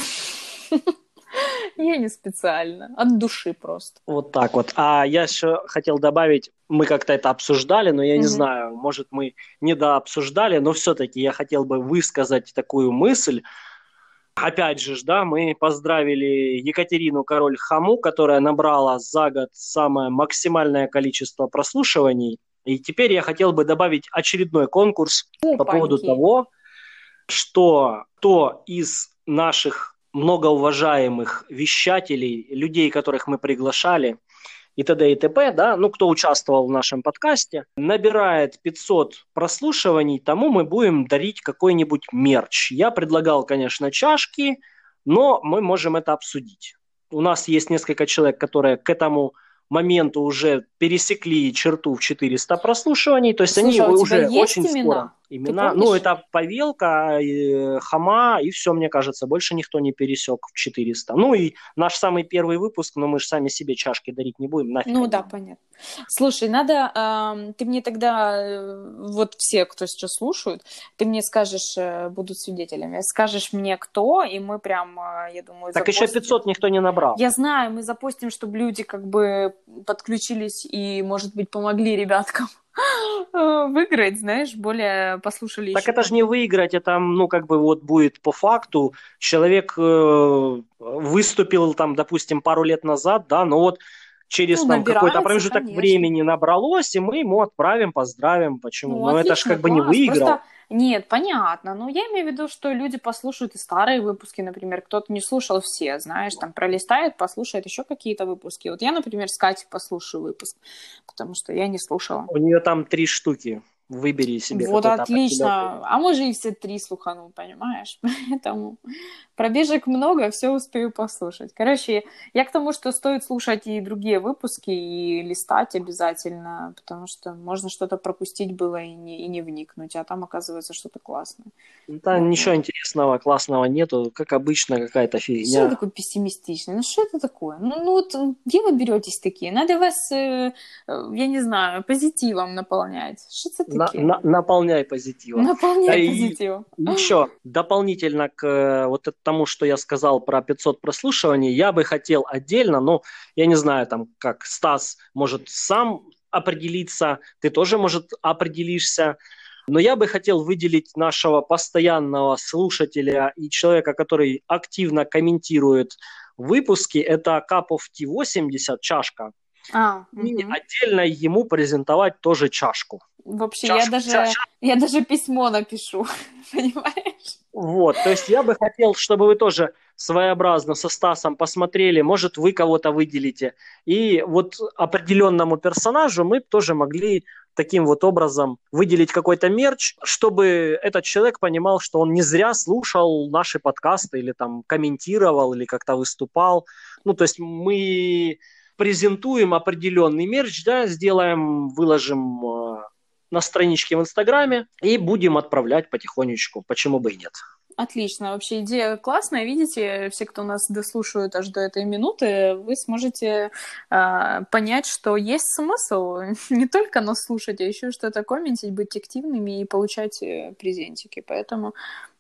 Я не специально, от души просто. Вот так вот. А я еще хотел добавить, мы как-то это обсуждали, но я не знаю, может, мы недообсуждали, но все-таки я хотел бы высказать такую мысль. Опять же, да, мы поздравили Екатерину Король-Хаму, которая набрала за год самое максимальное количество прослушиваний. И теперь я хотел бы добавить очередной конкурс Опаньки. По поводу того, что кто из наших многоуважаемых вещателей, людей, которых мы приглашали, и т.д. и т.п., да, ну, кто участвовал в нашем подкасте, набирает пятьсот прослушиваний, тому мы будем дарить какой-нибудь мерч. Я предлагал, конечно, чашки, но мы можем это обсудить. У нас есть несколько человек, которые к этому моменту уже пересекли черту в четыреста прослушиваний, то есть Слушай, они а у уже тебя есть очень имена? скоро. Имена, ну, это Павелка, Хама, и все, мне кажется, больше никто не пересек в четыреста. Ну, и наш самый первый выпуск, но мы же сами себе чашки дарить не будем, нафиг. Ну, да, понятно. Слушай, надо, э, ты мне тогда, э, вот все, кто сейчас слушают, ты мне скажешь, э, будут свидетелями, скажешь мне кто, и мы прям, э, я думаю, так запостим. еще пятьсот никто не набрал. Я знаю, мы запустим, чтобы люди как бы подключились и, может быть, помогли ребяткам выиграть, знаешь, более послушали. Так это же не выиграть, это, ну, как бы вот будет по факту. Человек э, выступил там, допустим, пару лет назад, да, но вот через ну, там какой-то промежуток конечно. времени набралось, и мы ему отправим, поздравим. Почему? Ну, но отлично, это же как класс. бы не выиграл. Просто... Нет, понятно. Но я имею в виду, что люди послушают и старые выпуски, например. Кто-то не слушал все, знаешь, там пролистает, послушает еще какие-то выпуски. Вот я, например, с Катей послушаю выпуск, потому что я не слушала. У нее там три штуки. Выбери себе. Вот отлично. А мы же и все три слухану, понимаешь? Поэтому пробежек много, все успею послушать. Короче, я к тому, что стоит слушать и другие выпуски, и листать обязательно, потому что можно что-то пропустить было и не, и не вникнуть, а там оказывается что-то классное. Там вот. Ничего интересного, классного нету, как обычно, какая-то фигня. Все такое пессимистичное. Ну что это такое? Ну, ну вот где вы беретесь такие? Надо вас, э, я не знаю, позитивом наполнять. Что это такое? На, на, наполняй позитивом. Наполняй да позитивом. Еще дополнительно к вот тому, что я сказал про пятьсот прослушиваний, я бы хотел отдельно, но я не знаю, там, как Стас может сам определиться, ты тоже, может, определишься, но я бы хотел выделить нашего постоянного слушателя и человека, который активно комментирует выпуски, это Капов Ти восемьдесят, чашка. А, и угу. отдельно ему презентовать тоже чашку. Вообще, чашку, я, даже, чашку. я даже письмо напишу, понимаешь? Вот, то есть я бы хотел, чтобы вы тоже своеобразно со Стасом посмотрели, может, вы кого-то выделите. И вот определенному персонажу мы тоже могли таким вот образом выделить какой-то мерч, чтобы этот человек понимал, что он не зря слушал наши подкасты или там комментировал, или как-то выступал. Ну, то есть мы презентуем определенный мерч, да, сделаем, выложим э, на страничке в Инстаграме и будем отправлять потихонечку. Почему бы и нет? Отлично. Вообще идея классная. Видите, все, кто нас дослушают аж до этой минуты, вы сможете э, понять, что есть смысл не только нас слушать, а еще что-то комментить, быть активными и получать презентики. Поэтому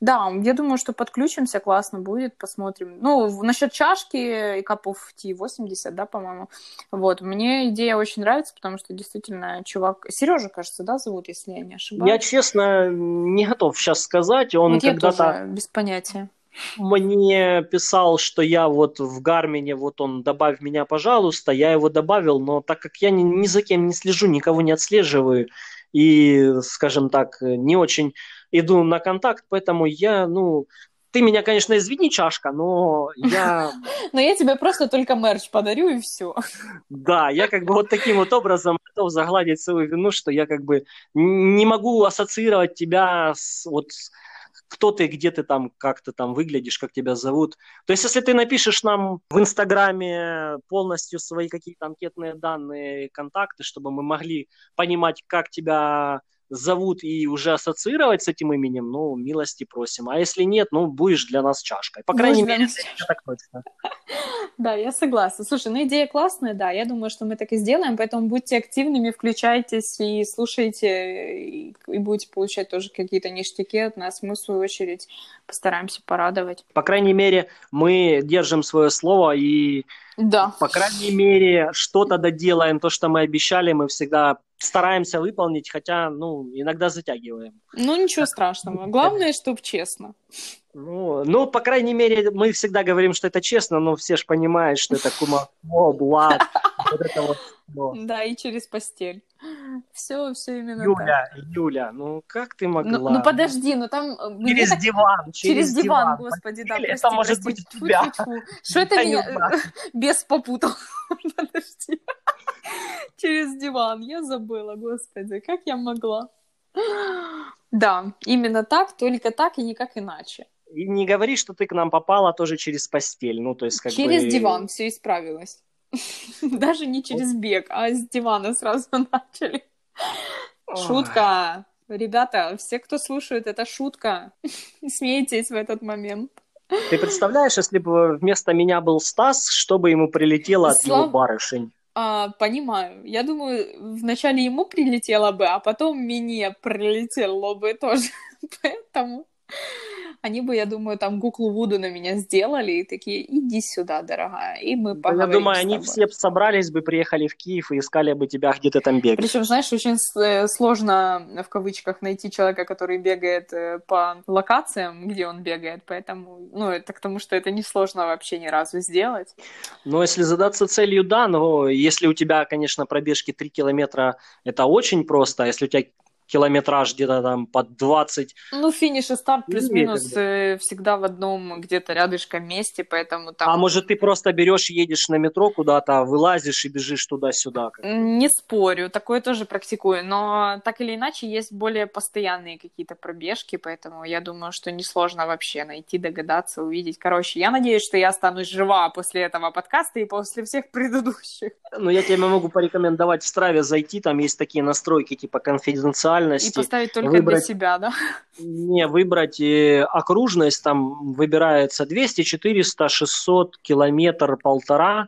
Да, я думаю, что подключимся, классно будет, посмотрим. Ну, в- насчет чашки и капов ти восемьдесят, да, по-моему. Вот, мне идея очень нравится, потому что действительно чувак... Сережа, кажется, да, зовут, если я не Я, ошибаюсь. честно, не готов сейчас сказать. Он Вот я когда-то тоже без понятия. мне писал, что я вот в Гармине, вот он, добавь меня, пожалуйста, я его добавил, но так как я ни, ни за кем не слежу, никого не отслеживаю и, скажем так, не очень иду на контакт, поэтому я, ну, ты меня, конечно, извини, чашка, но я, Но я тебе просто только мерч подарю, и все. да, я как бы вот таким вот образом готов загладить свою вину, что я как бы не могу ассоциировать тебя с вот с- кто ты, где ты там, как ты там выглядишь, как тебя зовут. То есть, если ты напишешь нам в Инстаграме полностью свои какие-то анкетные данные, контакты, чтобы мы могли понимать, как тебя зовут и уже ассоциировать с этим именем, ну, милости просим. А если нет, ну, будешь для нас чашкой. По Будешь крайней для мере, нас для меня чашкой. так точно. Да, я согласна. Слушай, ну идея классная, да. Я думаю, что мы так и сделаем, поэтому будьте активными, включайтесь и слушайте, и, и будете получать тоже какие-то ништяки от нас. Мы, в свою очередь, постараемся порадовать. По крайней мере, мы держим свое слово и, Да. по крайней мере, что-то доделаем. То, что мы обещали, мы всегда стараемся выполнить, хотя, ну, иногда затягиваем. Ну, ничего страшного. Главное, чтобы честно. Ну, ну, по крайней мере, мы всегда говорим, что это честно, но все же понимают, что это кумовство, блат, вот это вот всё. Да, и через постель. Все, все именно так. Юля, Юля, ну как ты Ну, ну могла? подожди, ну там э, мне Через так... диван, Через через диван, диван. господи, да, Постель, это прости, может прости. быть у тебя. Тьфу-тьфу-тьфу. Что это Я не меня знаю. без попутал? Подожди. Через диван, я забыла, господи, как я могла? Да, именно так, только так и никак иначе. И не говори, что ты к нам попала тоже через постель. Ну, то есть, как Через бы... диван все исправилось. Даже не Вот. через бег, а с дивана сразу начали. Ой. Шутка. Ребята, все, кто слушает, это шутка. Смейтесь в этот момент. Ты представляешь, если бы вместо меня был Стас, что бы ему прилетело от его Слав... барышень? А, понимаю. Я думаю, вначале ему прилетело бы, а потом мне прилетело бы тоже. Поэтому они бы, я думаю, там куклу Вуду на меня сделали и такие, иди сюда, дорогая, и мы Да, я поговорим думаю, с они тобой. все б собрались бы, приехали в Киев и искали бы тебя, где ты там бегаешь. Причем, знаешь, очень с- сложно, в кавычках, найти человека, который бегает э, по локациям, где он бегает, поэтому, ну, это к тому, что это несложно вообще ни разу сделать. Но если задаться целью, да, но если у тебя, конечно, пробежки три километра, это очень просто, а если у тебя километраж где-то там под двадцать, Ну, финиш и старт и как плюс-минус бы... э, всегда в одном где-то рядышком месте, поэтому А там может, ты просто берешь, едешь на метро куда-то, вылазишь и бежишь туда-сюда, как бы. не спорю, такое тоже практикую, но так или иначе есть более постоянные какие-то пробежки, поэтому я думаю, что несложно вообще найти, догадаться, увидеть. Короче, я надеюсь, что я останусь жива после этого подкаста и после всех предыдущих. Ну, я тебе могу порекомендовать в Страве зайти, там есть такие настройки типа И конфиденциальности, поставить только для выбрать, себя, да? не, выбрать э, окружность, там выбирается двести, четыреста, шестьсот, километр, полтора,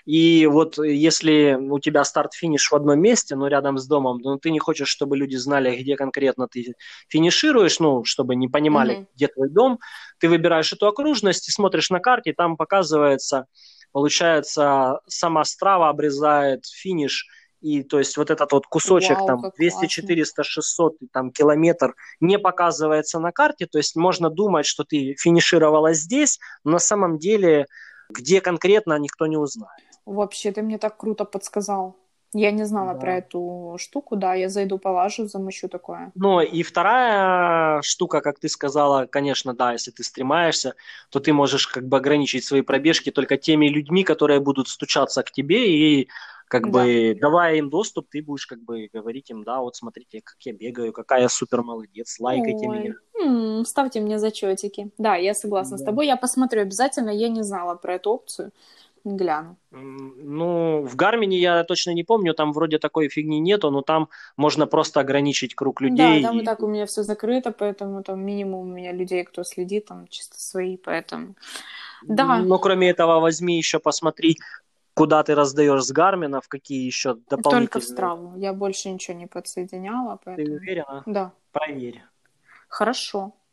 и вот если у тебя старт-финиш в одном месте, но рядом с домом, но ты не хочешь, чтобы люди знали, где конкретно ты финишируешь, ну, чтобы не понимали, Мгм. где твой дом, ты выбираешь эту окружность и смотришь на карте, там показывается, получается, сама Страва обрезает финиш, и то есть вот этот вот кусочек Вау, там как двести, классно. четыреста, шестьсот там, километр не показывается на карте, то есть можно думать, что ты финишировала здесь, но на самом деле где конкретно никто не узнает. Вообще, ты мне так круто подсказал. Я не знала про Да. эту штуку, да, я зайду, полажу, замучу такое. Ну и вторая штука, как ты сказала, конечно, да, если ты стремаешься, то ты можешь как бы ограничить свои пробежки только теми людьми, которые будут стучаться к тебе и как Да. бы давая им доступ, ты будешь как бы говорить им, да, вот смотрите, как я бегаю, какая я супер молодец, лайкайте Ой. меня. М, ставьте мне зачетики. Да, я согласна с Да. тобой. Я посмотрю обязательно. Я не знала про эту опцию. Гляну. М, Ну, в Гармине я точно не помню, там вроде такой фигни нету, но там можно просто ограничить круг Да, людей. там и И, так у меня все закрыто, поэтому там минимум у меня людей, кто следит, там чисто свои, поэтому... Да, но кроме этого возьми еще посмотри, куда ты раздаешь с Гармина, в какие еще только в дополнительные. страву. Я больше ничего не подсоединяла, Ты поэтому... уверена? Да, Проверь. хорошо.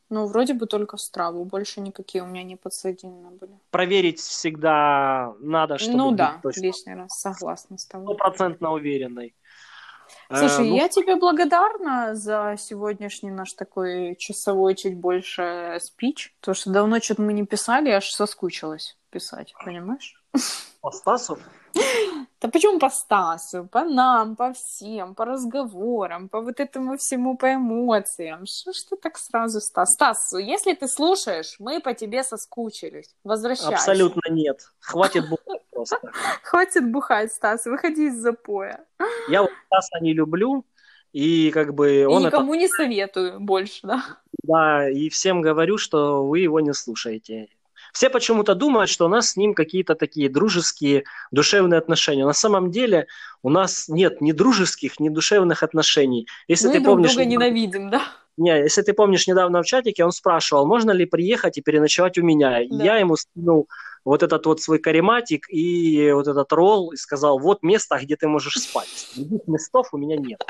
Ну, вроде бы только страву, больше никакие у меня не подсоединены были. Проверить всегда надо, чтобы Ну быть да, точно лишний раз, согласна с тобой. стопроцентно уверенной. Э, Слушай, ну, я тебе благодарна за сегодняшний наш такой часовой, чуть больше спич, потому что давно что-то мы не писали, аж соскучилась писать, понимаешь? по Стасу? Да почему по Стасу? По нам, по всем, по разговорам, по вот этому всему, по эмоциям. Что ж ты так сразу, Стас? Стас, если ты слушаешь, мы по тебе соскучились. Возвращайся. Абсолютно нет. Хватит бухать просто. Хватит бухать, Стас, выходи из запоя. Я вот Стаса не люблю, и как бы И он никому это... не советую больше, да? Да, и всем говорю, что вы его не слушаете. Все почему-то думают, что у нас с ним какие-то такие дружеские, душевные отношения. На самом деле у нас нет ни дружеских, ни душевных отношений. Если Мы ты друг помнишь... друга ненавидим, да? Не, если ты помнишь, недавно в чатике он спрашивал, можно ли приехать и переночевать у меня. И Да. я ему скинул вот этот вот свой карематик и вот этот ролл и сказал, вот место, где ты можешь спать. Других местов у меня нет.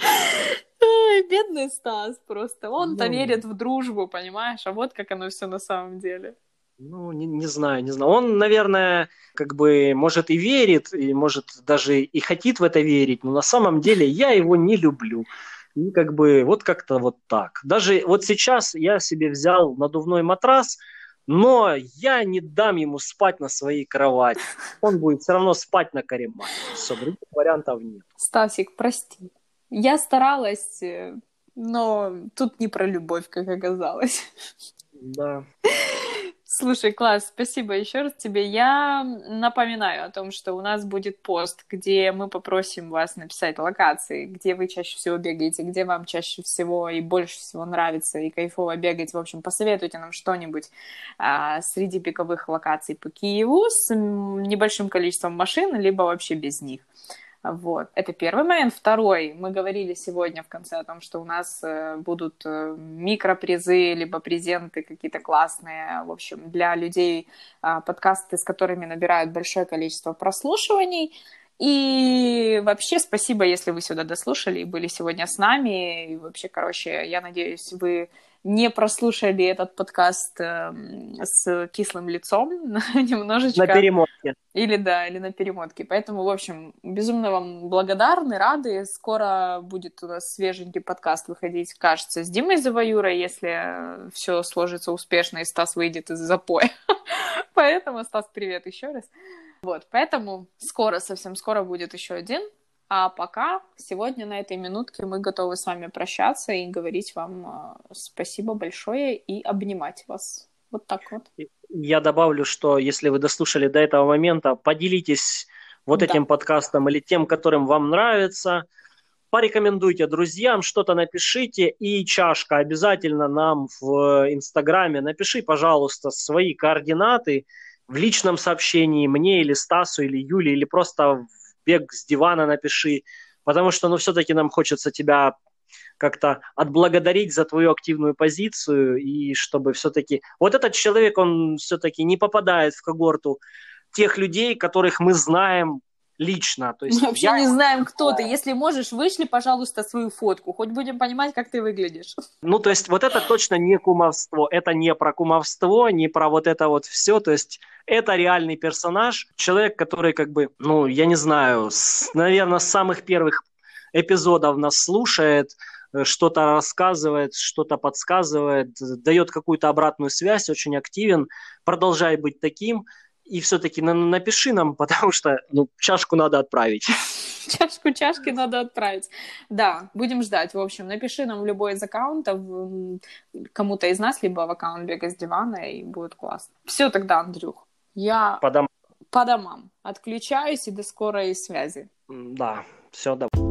Ой, бедный Стас просто. Он-то Ну, верит в дружбу, понимаешь? А вот как оно все на самом деле. Ну, не, не знаю, не знаю. Он, наверное, как бы, может, и верит, и, может, даже и хотит в это верить, но на самом деле я его не люблю. И как бы вот как-то вот так. Даже вот сейчас я себе взял надувной матрас, но я не дам ему спать на своей кровати. Он будет все равно спать на каремате. Все, других вариантов нет. Стасик, прости. Я старалась, э, но тут не про любовь, как оказалось. Да. Слушай, класс, спасибо еще раз тебе. Я напоминаю о том, что у нас будет пост, где мы попросим вас написать локации, где вы чаще всего бегаете, где вам чаще всего и больше всего нравится и кайфово бегать. В общем, посоветуйте нам что-нибудь а, среди пиковых локаций по Киеву с небольшим количеством машин, либо вообще без них. Вот, это первый момент. Второй, мы говорили сегодня в конце о том, что у нас э, будут э, микропризы, либо презенты какие-то классные, в общем, для людей, э, подкасты, с которыми набирают большое количество прослушиваний. И вообще спасибо, если вы сюда дослушали и были сегодня с нами. И вообще, короче, я надеюсь, вы не прослушали этот подкаст э, с кислым лицом немножечко. На перемотке. Или да, или на перемотке. Поэтому, в общем, безумно вам благодарны, рады. Скоро будет у нас свеженький подкаст выходить, кажется, с Димой Завоюрой, если все сложится успешно и Стас выйдет из запоя. Поэтому, Стас, привет еще раз. Вот, поэтому скоро, совсем скоро будет еще один. А пока сегодня на этой минутке мы готовы с вами прощаться и говорить вам спасибо большое и обнимать вас. Вот так вот. Я добавлю, что если вы дослушали до этого момента, поделитесь вот Да. этим подкастом или тем, которым вам нравится. Порекомендуйте друзьям, что-то напишите. И чашка обязательно нам в Инстаграме. Напиши, пожалуйста, свои координаты в личном сообщении мне или Стасу, или Юле, или просто в бег с дивана напиши. Потому что, ну, все-таки нам хочется тебя как-то отблагодарить за твою активную позицию, и чтобы все-таки... Вот этот человек, он все-таки не попадает в когорту тех людей, которых мы знаем лично. То есть Мы вообще я... не знаем, кто ты. Если можешь, вышли, пожалуйста, свою фотку. Хоть будем понимать, как ты выглядишь. Ну, то есть вот это точно не кумовство. Это не про кумовство, не про вот это вот все. То есть это реальный персонаж. Человек, который как бы, ну, я не знаю, с, наверное, с самых первых эпизодов нас слушает, что-то рассказывает, что-то подсказывает, дает какую-то обратную связь, очень активен. Продолжай быть таким. И все-таки напиши нам, потому что ну, чашку надо отправить. Чашку чашки надо отправить. Да, будем ждать. В общем, напиши нам в любой из аккаунтов, кому-то из нас, либо в аккаунт Бега с дивана, и будет классно. Все тогда, Андрюх. Я по домам. по домам отключаюсь, и до скорой связи. Да, все, давай.